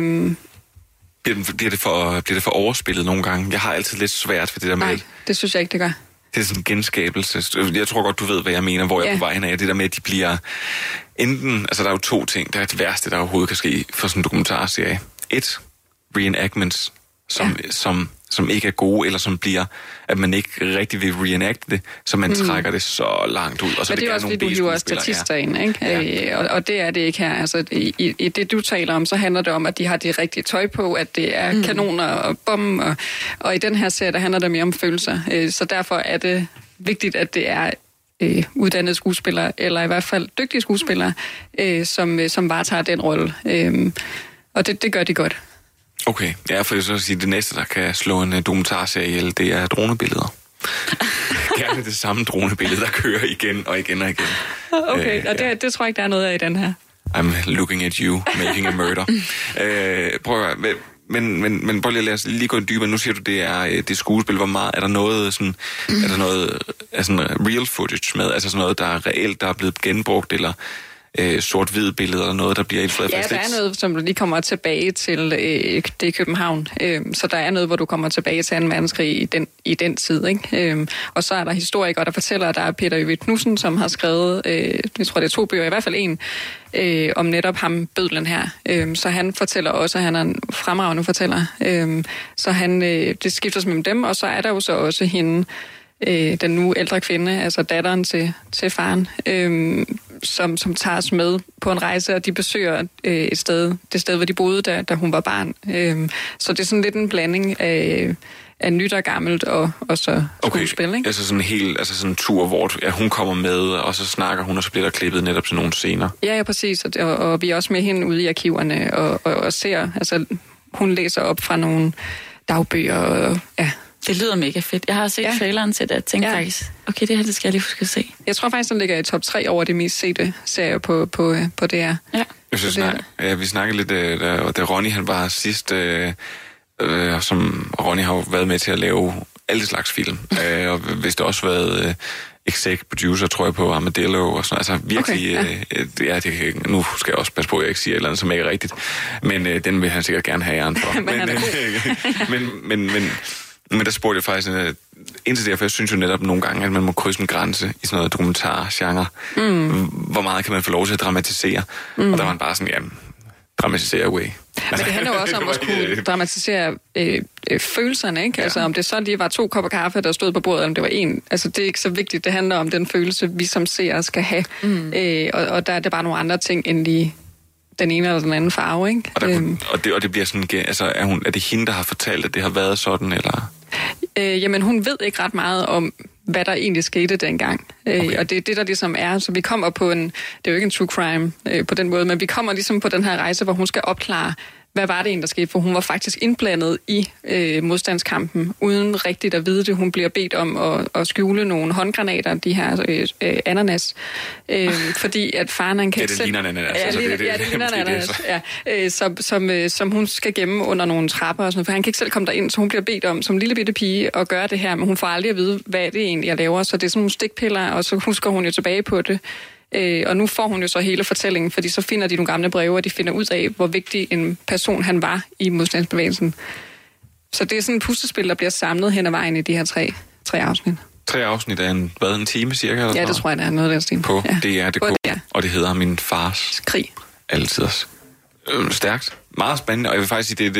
Bliver det for overspillet nogle gange? Jeg har altid lidt svært for det der med... Nej, det synes jeg ikke, det gør. Det er sådan en genskabelse. Jeg tror godt, du ved, hvad jeg mener, hvor jeg er på vej hen af. Det der med, at de bliver enten... Altså, der er jo 2 ting. Der er det værste, der overhovedet kan ske for sådan en dokumentarserie. 1, reenactments, som som ikke er gode, eller som bliver, at man ikke rigtig vil reenacte det, så man trækker det så langt ud. Og så men det er også, fordi du hiver statister ind, ikke? Ja. Og det er det ikke her. Altså, i det, du taler om, så handler det om, at de har det rigtige tøj på, at det er kanoner og bom, og i den her serie, der handler det mere om følelser. Så derfor er det vigtigt, at det er uddannede skuespillere, eller i hvert fald dygtige skuespillere, som varetager den rolle. Og det gør de godt. Okay, ja, for jeg så at sige, det næste, der kan slå en dokumentarserie ihjel, det er dronebilleder. Gerne det samme dronebillede, der kører igen og igen og igen. Okay, og det tror jeg ikke, der er noget af i den her. I'm looking at you, making a murder. Prøv at høre, men prøv lige at lade os lige gå dybere. Nu siger du, det er det skuespil. Hvor meget er der noget sådan, er der noget real footage med? Altså sådan noget, der er reelt, der er blevet genbrugt, eller sort-hvid billeder, eller noget, der bliver illustreret? Ja, der er noget, som du lige kommer tilbage til, det er København. Så der er noget, hvor du kommer tilbage til 2. verdenskrig i den tid, ikke? Og så er der historikere, der fortæller, at der er Peter Øvig Knudsen, som har skrevet, jeg tror det er 2 bøger, i hvert fald en, om netop ham, bødlen her. Så han fortæller også, at han er en fremragende fortæller. Så det skiftes mellem dem, og så er der jo så også hende, den nu ældre kvinde, altså datteren til faren, som tager os med på en rejse, og de besøger det sted, hvor de boede, da hun var barn. Så det er sådan lidt en blanding af nyt og gammelt, og så skuespil, ikke? Altså sådan en tur, hvor hun kommer med, og så snakker hun, og så bliver der klippet netop til nogle scener. Ja, præcis, og vi er også med hende ude i arkiverne, og ser, altså hun læser op fra nogle dagbøger, og ja. Det lyder mega fedt. Jeg har set traileren til det, og tænkte faktisk, okay, det her, det skal jeg lige huske at se. Jeg tror faktisk, den ligger i top 3 over det mest sete serier på DR. Ja. Vi snakkede lidt, da Ronny han var sidst, som Ronny har jo været med til at lave alle slags film, og hvis det også været exec producer, tror jeg, på Armadillo og sådan. Altså virkelig, okay, nu skal jeg også passe på, at jeg ikke siger et eller andet, som ikke er rigtigt, men den vil han sikkert gerne have æren for. Men der spurgte jeg faktisk indtil derfor, jeg synes jo netop nogle gange, at man må krydse en grænse i sådan noget dokumentargenre. Hvor meget kan man få lov til at dramatisere? Og der var man bare sådan, jamen, dramatisere away. Men det handler jo også om at kunne dramatisere følelserne, ikke? Ja. Altså om det så lige var 2 kopper kaffe, der stod på bordet, eller om det var 1. Altså det er ikke så vigtigt. Det handler om den følelse, vi som seere skal have. Og der er det bare nogle andre ting, end lige den ene eller den anden farve, ikke? Og det bliver sådan, altså er det hende, der har fortalt, at det har været sådan, eller? Jamen hun ved ikke ret meget om, hvad der egentlig skete dengang. Okay. Og det er det, der ligesom er. Så vi kommer på det er jo ikke en true crime på den måde, men vi kommer ligesom på den her rejse, hvor hun skal opklare, hvad var det egentlig, der skete? For hun var faktisk indblandet i modstandskampen, uden rigtigt at vide det. Hun bliver bedt om at skjule nogle håndgranater, de her ananas. Fordi at faren, han kan ikke selv... Ja, det ligner ananas. Det ligner ananas, ja. Som hun skal gemme under nogle trapper og sådan noget, for han kan ikke selv komme derind, så hun bliver bedt om, som lille bitte pige, at gøre det her, men hun får aldrig at vide, hvad det egentlig, jeg laver. Så det er sådan nogle stikpiller, og så husker hun jo tilbage på det. Og nu får hun jo så hele fortællingen, fordi så finder de nogle gamle breve, og de finder ud af, hvor vigtig en person han var i modstandsbevægelsen. Så det er sådan et puslespil, der bliver samlet hen ad vejen i de her tre afsnit. 3 afsnit af en time cirka? Eller ja, det tror jeg, der er noget af den stil. På DR.dk, og det hedder Min Fars Krig. Altid. Stærkt. Meget spændende, og jeg vil faktisk sige,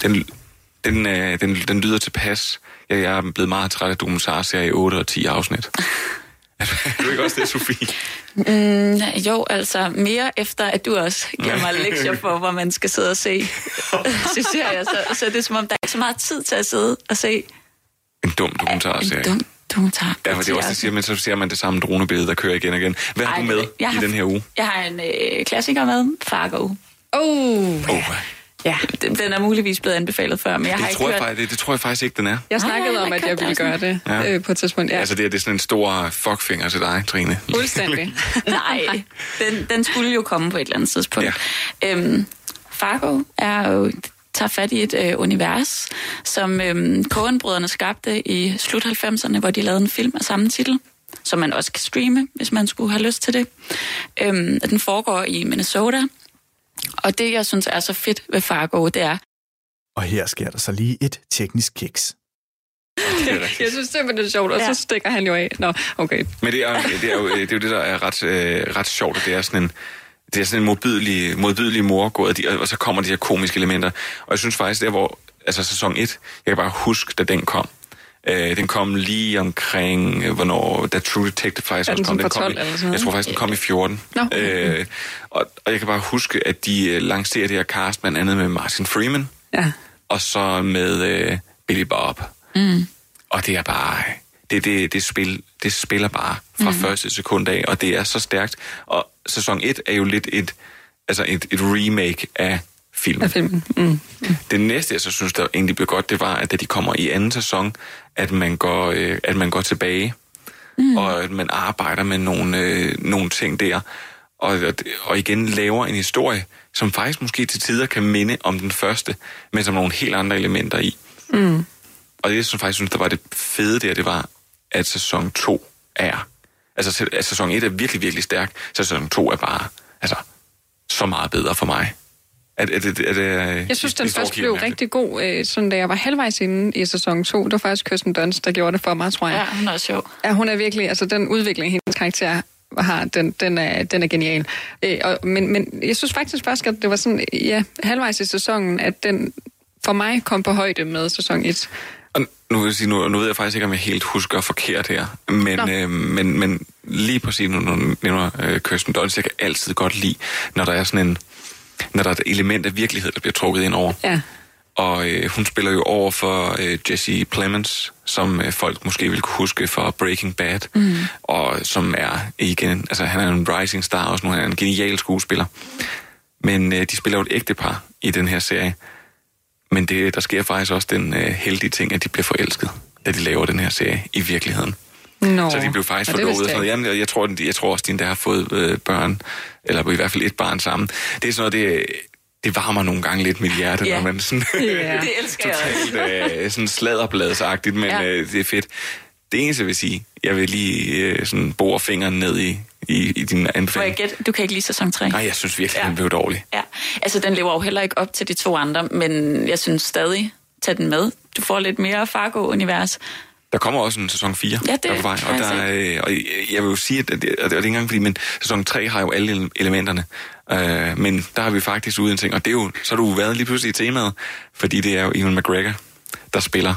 den lyder tilpas. Jeg er blevet meget træt af dokumentarserier i 8 og 10 afsnit. Er du ikke også det, Sofie? Jo, altså mere efter, at du også giver mig lektier for, hvor man skal sidde og se serier, så det er som om, der er ikke så meget tid til at sidde og se en dum dokumentarserie. En dum dokumentar. Ja, for det er også det, siger, men så ser man det samme dronebillede, der kører igen og igen. Hvad har du med i den her uge? Jeg har en klassiker med, Fargo. Ja, den er muligvis blevet anbefalet før, men jeg har ikke hørt... Det tror jeg faktisk ikke, den er. Jeg snakkede om, at jeg ville gøre det på et tidspunkt. Ja. Altså det er sådan en stor fuckfinger til dig, Trine. Fuldstændig. Nej, den skulle jo komme på et eller andet tidspunkt. Ja. Fargo er jo... tager fat i et univers, som Coen-brødrene skabte i slut 90'erne, hvor de lavede en film af samme titel, som man også kan streame, hvis man skulle have lyst til det. Den foregår i Minnesota, og det, jeg synes er så fedt ved Fargo, det er... Og her sker der så lige et teknisk kiks. Jeg synes simpelthen, det er sjovt, og så stikker han jo af. Nå, okay. Men det er jo det, der er ret sjovt, at det er sådan en modbydelig morgåde, og så kommer de her komiske elementer. Og jeg synes faktisk, der hvor altså sæson 1, jeg kan bare huske, da den kom. Den kom lige omkring, hvornår da True Detective faktisk også kom. Den kom jeg tror faktisk, den kom i 14. No. Og jeg kan bare huske, at de lancerede det her cast, blandt andet med Martin Freeman, og så med Billy Bob. Og det er bare... Det spiller bare fra første sekund af, og det er så stærkt. Og sæson 1 er jo lidt et remake af filmen. Det næste, jeg så synes, der egentlig blev godt, det var, at da de kommer i anden sæson, at man går tilbage, og at man arbejder med nogle ting der, og igen laver en historie, som faktisk måske til tider kan minde om den første, men som nogle helt andre elementer i. Og det, som faktisk synes, der var det fede der, det var, at sæson 2 er... Altså, at sæson 1 er virkelig, virkelig stærk, så sæson 2 er bare så meget bedre for mig. Jeg synes, den første blev rigtig god, sådan da jeg var halvvejs inde i sæson 2. Det var faktisk Kirsten Dunst, der gjorde det for mig, tror jeg. Ja, hun er sjov. Ja, hun er virkelig... Altså, den udvikling, hendes karakter har, den er genial. Men jeg synes faktisk først, at det var sådan, halvvejs i sæsonen, at den for mig kom på højde med sæson 1. Og nu vil jeg sige, nu ved jeg faktisk ikke, om jeg helt husker forkert her, men lige præcis nu nævner Kirsten Dunst, jeg kan altid godt lide, når der er sådan når der er et element af virkelighed, der bliver trukket ind over. Ja. Og hun spiller jo over for Jesse Plemons, som folk måske vil kunne huske for Breaking Bad, og som er igen, altså han er en rising star også nu, han er en genial skuespiller. Men de spiller jo et ægtepar i den her serie. Men der sker faktisk også den heldige ting, at de bliver forelsket, da de laver den her serie i virkeligheden. Så de blev faktisk forlovet og sådan noget. Jamen, jeg tror også, de har fået børn, eller i hvert fald et barn sammen. Det er sådan noget, det varmer nogle gange lidt mit hjerte, når man sådan... det elsker jeg også. Sådan sladderbladsagtigt, men det er fedt. Det eneste, jeg vil sige, jeg vil lige sådan bore fingeren ned i din anbefaling. Du kan ikke lide sæson 3? Nej, jeg synes virkelig, den blev dårlig. Ja, altså den lever jo heller ikke op til de 2 andre, men jeg synes stadig, tag den med. Du får lidt mere Fargo-univers. Der kommer også en sæson 4, ja, det der er på vej, og jeg vil jo sige, at det er ikke engang fordi, men sæson 3 har jo alle elementerne, men der har vi faktisk ude en ting, og det er jo, så har du været lige pludselig i temaet, fordi det er jo Ewan McGregor, der spiller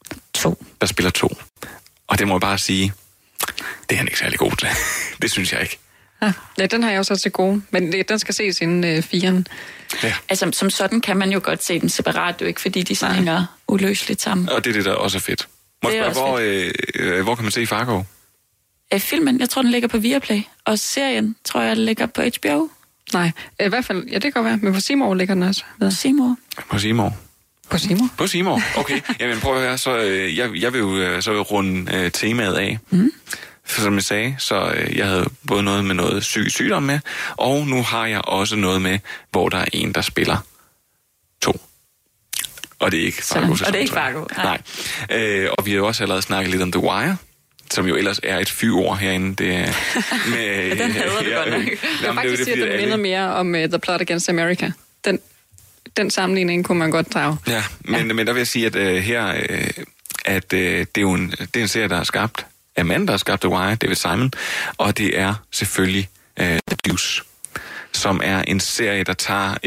2. Og det må jeg bare sige, det er han ikke særlig god til. Det synes jeg ikke. Ja, den har jeg også til gode, men den skal ses inden 4'eren. Ja. Altså, som sådan kan man jo godt se den separat, jo ikke, fordi de så hænger uløseligt sammen. Og det er det, der også er fedt. Må jeg spørge, hvor kan man se Fargo? Filmen, jeg tror, den ligger på Viaplay, og serien, tror jeg, ligger på HBO. Nej, i hvert fald, ja, det kan godt være, men på C More ligger den også. C-More. På C-More. På C-More? På C-More, okay. Jamen prøv at høre, så jeg vil jo så runde temaet af. For som jeg sagde, så jeg havde både noget med noget sygdom med, og nu har jeg også noget med, hvor der er en, der spiller 2. Og det er ikke Fargo. Og det er ikke Fargo. Nej. Og vi har jo også allerede snakket lidt om The Wire, som jo ellers er et fyord herinde. Det er med, den hader det godt nok. Jeg faktisk sige, at den minder mere om The Plot Against America. Den sammenligning kunne man godt drage. Ja, men der vil jeg sige, at at det er en serie, der er skabt af manden, der har skabt The Wire, David Simon, og det er selvfølgelig The Deuce, som er en serie, der tager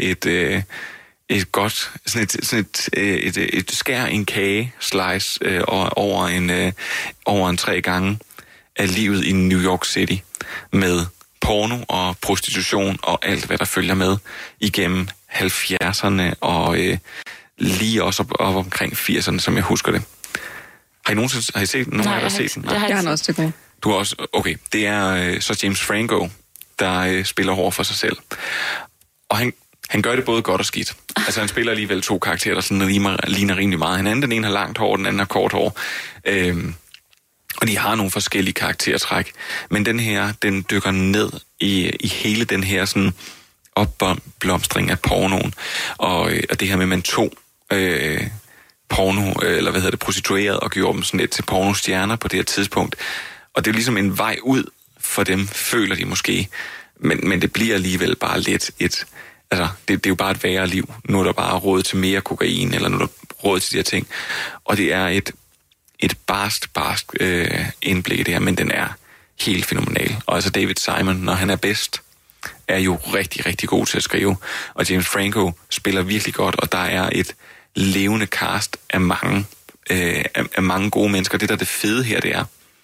et godt, sådan et skær en kage slice over en 3 gange af livet i New York City med porno og prostitution og alt, hvad der følger med igennem 70'erne og lige også op omkring 80'erne, som jeg husker det. Har I set den? Nej, jeg har set den. Jeg har også til gode. Du har også? Okay, det er så James Franco, der spiller over for sig selv. Og han gør det både godt og skidt. Altså han spiller alligevel 2 karakterer, der sådan ligner rimelig meget hinanden. Den ene har langt hår, den anden har kort hår. Og de har nogle forskellige karaktertræk. Men den her, den dykker ned i hele den her sådan opblomstring af pornoen. Og det her med, man tog prostitueret og gjorde dem sådan lidt til pornostjerner på det her tidspunkt. Og det er ligesom en vej ud for dem, føler de måske. Men det bliver alligevel bare lidt altså, det er jo bare et værre liv. Nu er der bare råd til mere kokain, eller nu er der råd til de her ting. Og det er et barsk indblik i det her, men den er helt fænomenal. Og altså David Simon, når han er bedst, er jo rigtig, rigtig god til at skrive. Og James Franco spiller virkelig godt, og der er levende cast af mange gode mennesker. Det, der er det fede her, det er,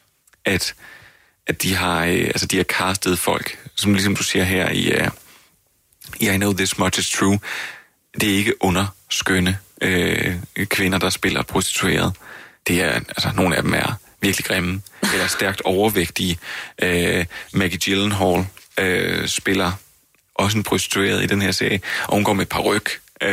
at de har castet folk, som ligesom du siger her i I Know This Much Is True. Det er ikke underskønne kvinder, der spiller prostitueret. Det er, altså, nogle af dem er virkelig grimme, eller stærkt overvægtige. Maggie Gyllenhaal spiller også en prostitueret i den her serie, og hun går med paryk,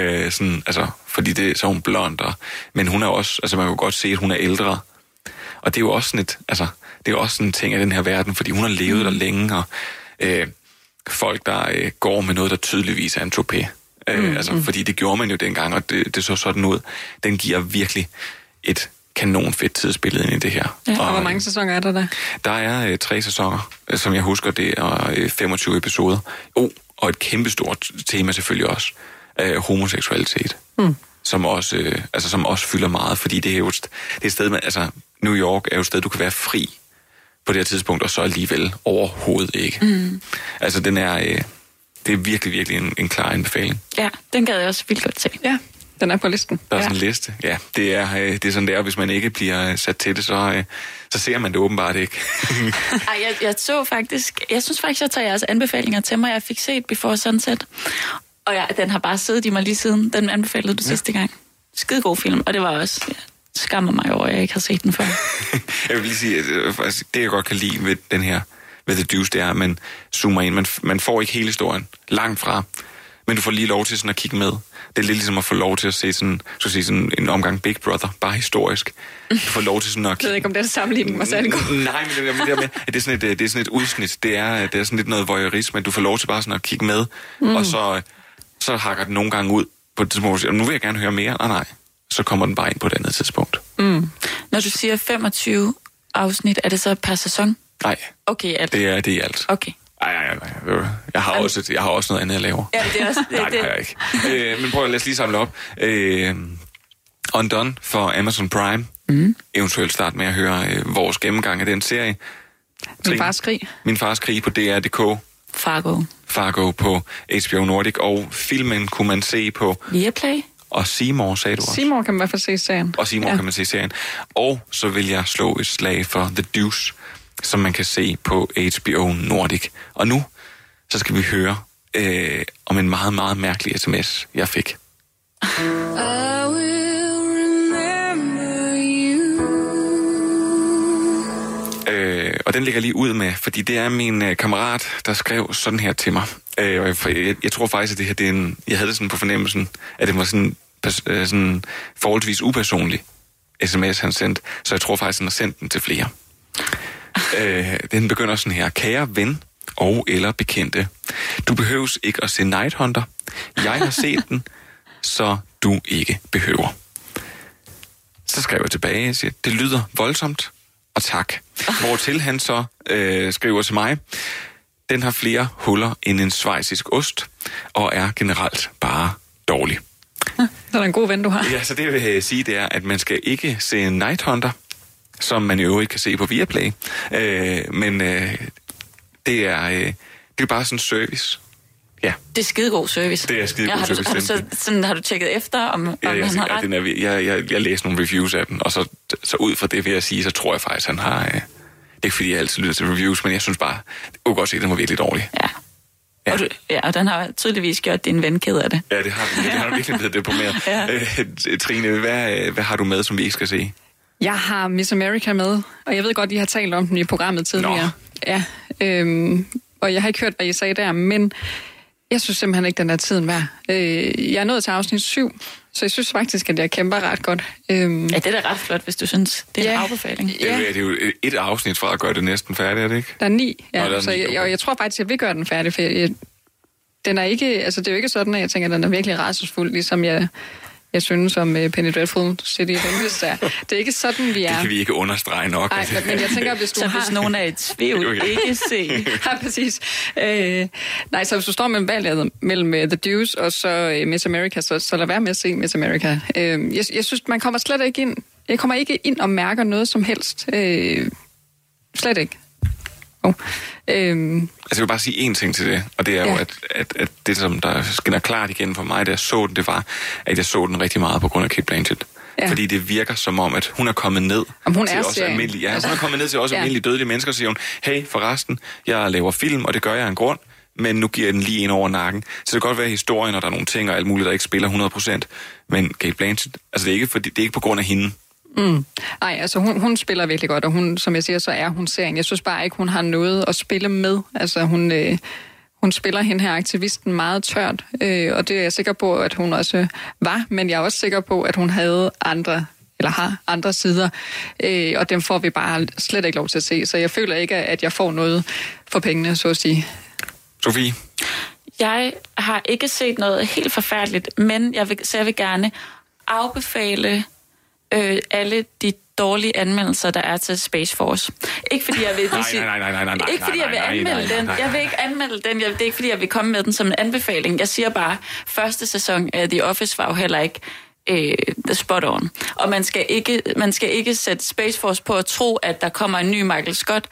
fordi så er hun blond, men hun er også, altså man kan godt se, at hun er ældre. Og det er jo også sådan det er også sådan en ting af den her verden, fordi hun har levet der længe, og folk, der går med noget, der tydeligvis er en toupé. Fordi det gjorde man jo dengang, og det så sådan ud. Den giver virkelig et kanonfedt tidsbillede ind i det her. Ja, og hvor mange sæsoner er der? Der er 3 sæsoner, som jeg husker, det er 25 episoder. Og et kæmpestort tema selvfølgelig også. Homoseksualitet. Som også fylder meget, fordi det er jo det er et sted, New York er jo et sted, du kan være fri på det her tidspunkt, og så alligevel overhovedet ikke. Altså, det er virkelig, virkelig en klar anbefaling. Ja, den gad jeg også vildt godt se. Ja, den er på listen. Der er sådan en liste. Ja, det er sådan der, hvis man ikke bliver sat til det, så ser man det åbenbart ikke. Jeg synes faktisk, jeg tager jeres anbefalinger til mig. Jeg fik set Before Sunset, og den har bare siddet i mig lige siden. Den anbefalede du sidste gang. Skidegod film, og det var også... skammer mig over, at jeg ikke har set den før. Jeg vil lige sige, at det jeg godt kan lide ved den her, ved The Deuce, det er, at man zoomer ind. Man får ikke hele historien langt fra, men du får lige lov til sådan at kigge med. Det er lidt ligesom at få lov til at se sådan en omgang Big Brother, bare historisk. Du får lov til sådan at kigge... Jeg ved ikke, om det er sammenligning med særlig godt. Nej, men det er sådan et udsnit. Det er sådan lidt noget voyeurisme, men du får lov til bare sådan at kigge med, og så hakker den nogle gange ud på det tidspunkt, og nu vil jeg gerne høre mere. Nej. Så kommer den bare ind på et andet tidspunkt. Når du siger 25 afsnit, er det så per sæson? Nej. Okay, alt. Det er i alt. Okay. Nej. Jeg har også noget andet, jeg laver. Ja, det er også... Nej, det har jeg ikke. Men prøv at lade os lige samle op. Undone for Amazon Prime. Eventuelt starte med at høre vores gennemgang af den serie. Min fars krig på DR.dk. Fargo på HBO Nordic. Og filmen kunne man se på... Viaplay. Og Seymour, sagde du også. Seymour kan man i hvert fald se serien. Og Seymour kan man se serien. Og så vil jeg slå et slag for The Deuce, som man kan se på HBO Nordic. Og nu, så skal vi høre om en meget, meget mærkelig sms, jeg fik. Og den ligger lige ud med, fordi det er min kammerat, der skrev sådan her til mig. Jeg tror faktisk, at det her, jeg havde det sådan på fornemmelsen, at det var sådan forholdsvis upersonlig sms, han sendte. Så jeg tror faktisk, han har sendt den til flere. Den begynder sådan her. Kære ven og eller bekendte, du behøves ikke at se Night Hunter. Jeg har set den, så du ikke behøver. Så skrev jeg tilbage og siger, det lyder voldsomt, og tak. Hvortil han så skriver til mig, den har flere huller end en schweizisk ost, og er generelt bare dårlig. Så er der en god ven, du har. Ja, så det vil jeg sige, det er, at man skal ikke se Night Hunter, som man i øvrigt kan se på Viaplay. Men det er bare sådan en service. Ja. Det er skidegod service. Det er skidegod service. Har du tjekket efter, om han har ret? Jeg læste nogle reviews af den, og så ud fra det vil jeg sige, så tror jeg faktisk, han har... det er ikke fordi, jeg altid lytter til reviews, men jeg synes bare, det kunne godt se, at den var virkelig dårlig. Ja. Og den har tydeligvis gjort din ven ked af det. Ja, det har den. Det har virkelig blevet deprimeret. Trine, hvad har du med, som vi ikke skal se? Jeg har Miss America med, og jeg ved godt, I har talt om den i programmet tidligere. Ja, og jeg har ikke hørt, hvad I sagde der, men jeg synes simpelthen ikke, den er tiden værd. Jeg er nået til afsnit 7, så jeg synes faktisk, at jeg kæmper ret godt. Ja, det er da ret flot, hvis du synes, det er en afbefaling. Ja. Det er jo et afsnit fra at gøre det næsten færdigt, er det ikke? Der er 9, ja. Så jeg tror faktisk, jeg vil gøre den færdig, for den er ikke, altså det er jo ikke sådan, at jeg tænker, at den er virkelig rædselsfuld, ligesom jeg synes, som Penny Dreadful City Dentist er. Det er ikke sådan, vi er. Det kan vi ikke understrege nok. Nej, men jeg tænker, hvis du så hvis nogen er i tvivl, ikke se. Ja, præcis. Nej, så hvis du står med valget mellem The Deuce og så Miss America, så lad være med at se Miss America. Jeg synes, man kommer slet ikke ind. Jeg kommer ikke ind og mærker noget som helst. Slet ikke. Jeg vil bare sige én ting til det, og det er jo, at det, som der skinner klart igen for mig, da jeg så den, det var, at jeg så den rigtig meget på grund af Cate Blanchett. Ja. Fordi det virker som om, at hun er kommet ned til os almindelige. Ja, hun er kommet ned til os almindelige dødelige mennesker, og siger hun, hey, forresten, jeg laver film, og det gør jeg af en grund, men nu giver jeg den lige ind over nakken. Så det kan godt være historien, og der er nogle ting og alt muligt, der ikke spiller 100%. Men Cate Blanchett, altså det er ikke på grund af hende. Nej, altså hun spiller virkelig godt, og hun, som jeg siger, så er hun serien. Jeg synes bare ikke, hun har noget at spille med. Altså hun spiller hende her aktivisten meget tørt, og det er jeg sikker på, at hun også var, men jeg er også sikker på, at hun havde har andre sider, og dem får vi bare slet ikke lov til at se. Så jeg føler ikke, at jeg får noget for pengene, så at sige. Sofie? Jeg har ikke set noget helt forfærdeligt, men jeg vil gerne afbefale alle de dårlige anmeldelser, der er til Space Force. Ikke fordi jeg vil ikke fordi jeg vil anmelde den. Jeg vil ikke anmelde den. Det er ikke fordi jeg vil komme med den som en anbefaling. Jeg siger bare, første sæson af The Office var jo heller ikke the spot on. Og man skal ikke sætte Space Force på at tro, at der kommer en ny Michael Scott.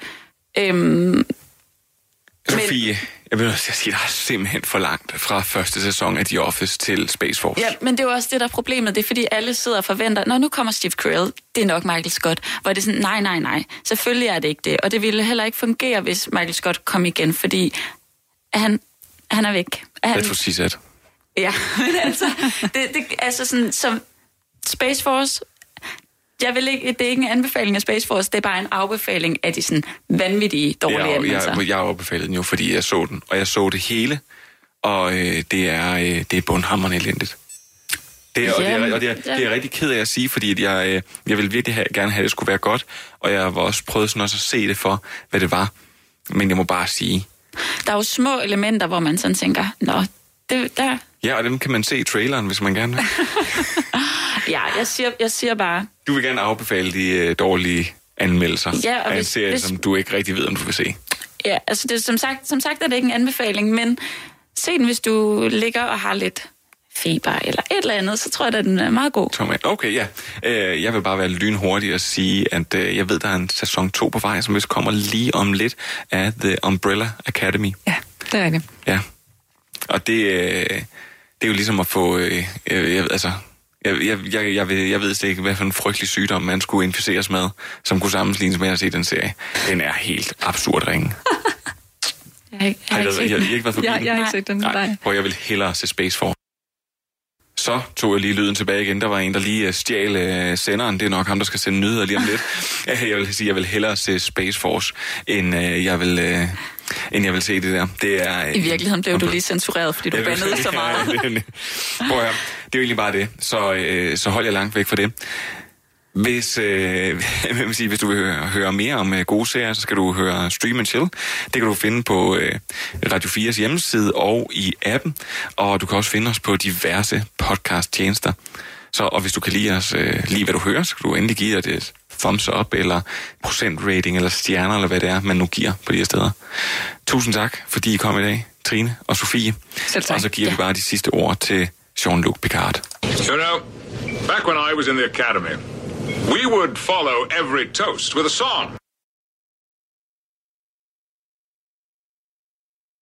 Sofie, jeg vil også sige, at der er simpelthen for langt fra første sæson af The Office til Space Force. Ja, men det er jo også det, der er problemet. Det er, fordi alle sidder og forventer, nu kommer Steve Carell, det er nok Michael Scott. Hvor det er sådan, nej. Selvfølgelig er det ikke det. Og det ville heller ikke fungere, hvis Michael Scott kom igen, fordi han er væk. That's what she said. Ja, men altså sådan, som Space Force... det er ikke en anbefaling af Space Force, det er bare en afbefaling af de sådan vanvittige dårlige anmeldelser. Jeg afbefalede den jo, fordi jeg så den, og jeg så det hele, og det er bundhamrende elendigt. Det er rigtig ked af at sige, fordi jeg vil virkelig gerne have, at det skulle være godt, og jeg var også prøvet sådan også at se det for, hvad det var. Men jeg må bare sige... Der er jo små elementer, hvor man sådan tænker, det der... Ja, og dem kan man se i traileren, hvis man gerne vil. Ja, jeg siger bare... Du vil gerne afbefale de dårlige anmeldelser af en serie, som du ikke rigtig ved, om du vil se. Ja, altså det, som sagt er det ikke en anbefaling, men se den, hvis du ligger og har lidt feber eller et eller andet, så tror jeg, at den er meget god. Okay, ja. Jeg vil bare være lynhurtig og sige, at jeg ved, der er en sæson 2 på vej, som vist kommer lige om lidt af The Umbrella Academy. Ja, det er det. Ja, og det er jo ligesom at få... Jeg ved ikke, hvad for en frygtelig sygdom man skulle inficeres med, som kunne sammenlignes med at se den serie. Den er helt absurd ringe. Jeg har ikke set den. Nej. Hvor jeg vil hellere se Space Force. Så tog jeg lige lyden tilbage igen. Der var en, der lige stjal senderen. Det er nok ham, der skal sende nyheder lige om lidt. Jeg vil sige, jeg vil hellere se Space Force, end jeg vil se det der. Det er, i virkeligheden blev du lige censureret, fordi du bandede så meget. Prøv at høre. Det er jo egentlig bare det. Så hold jer langt væk fra det. Hvis du vil høre mere om gode serier, så skal du høre Stream and Chill. Det kan du finde på Radio 4's hjemmeside og i appen. Og du kan også finde os på diverse podcast-tjenester. Og hvis du kan lide os, lide hvad du hører, så kan du endelig give det et thumbs up, eller procentrating, eller stjerner, eller hvad det er, man nu giver på de her steder. Tusind tak, fordi I kom i dag, Trine og Sofie. Og så giver vi bare de sidste ord til Jean-Luc Picard. You know, back when I was in the academy, we would follow every toast with a song.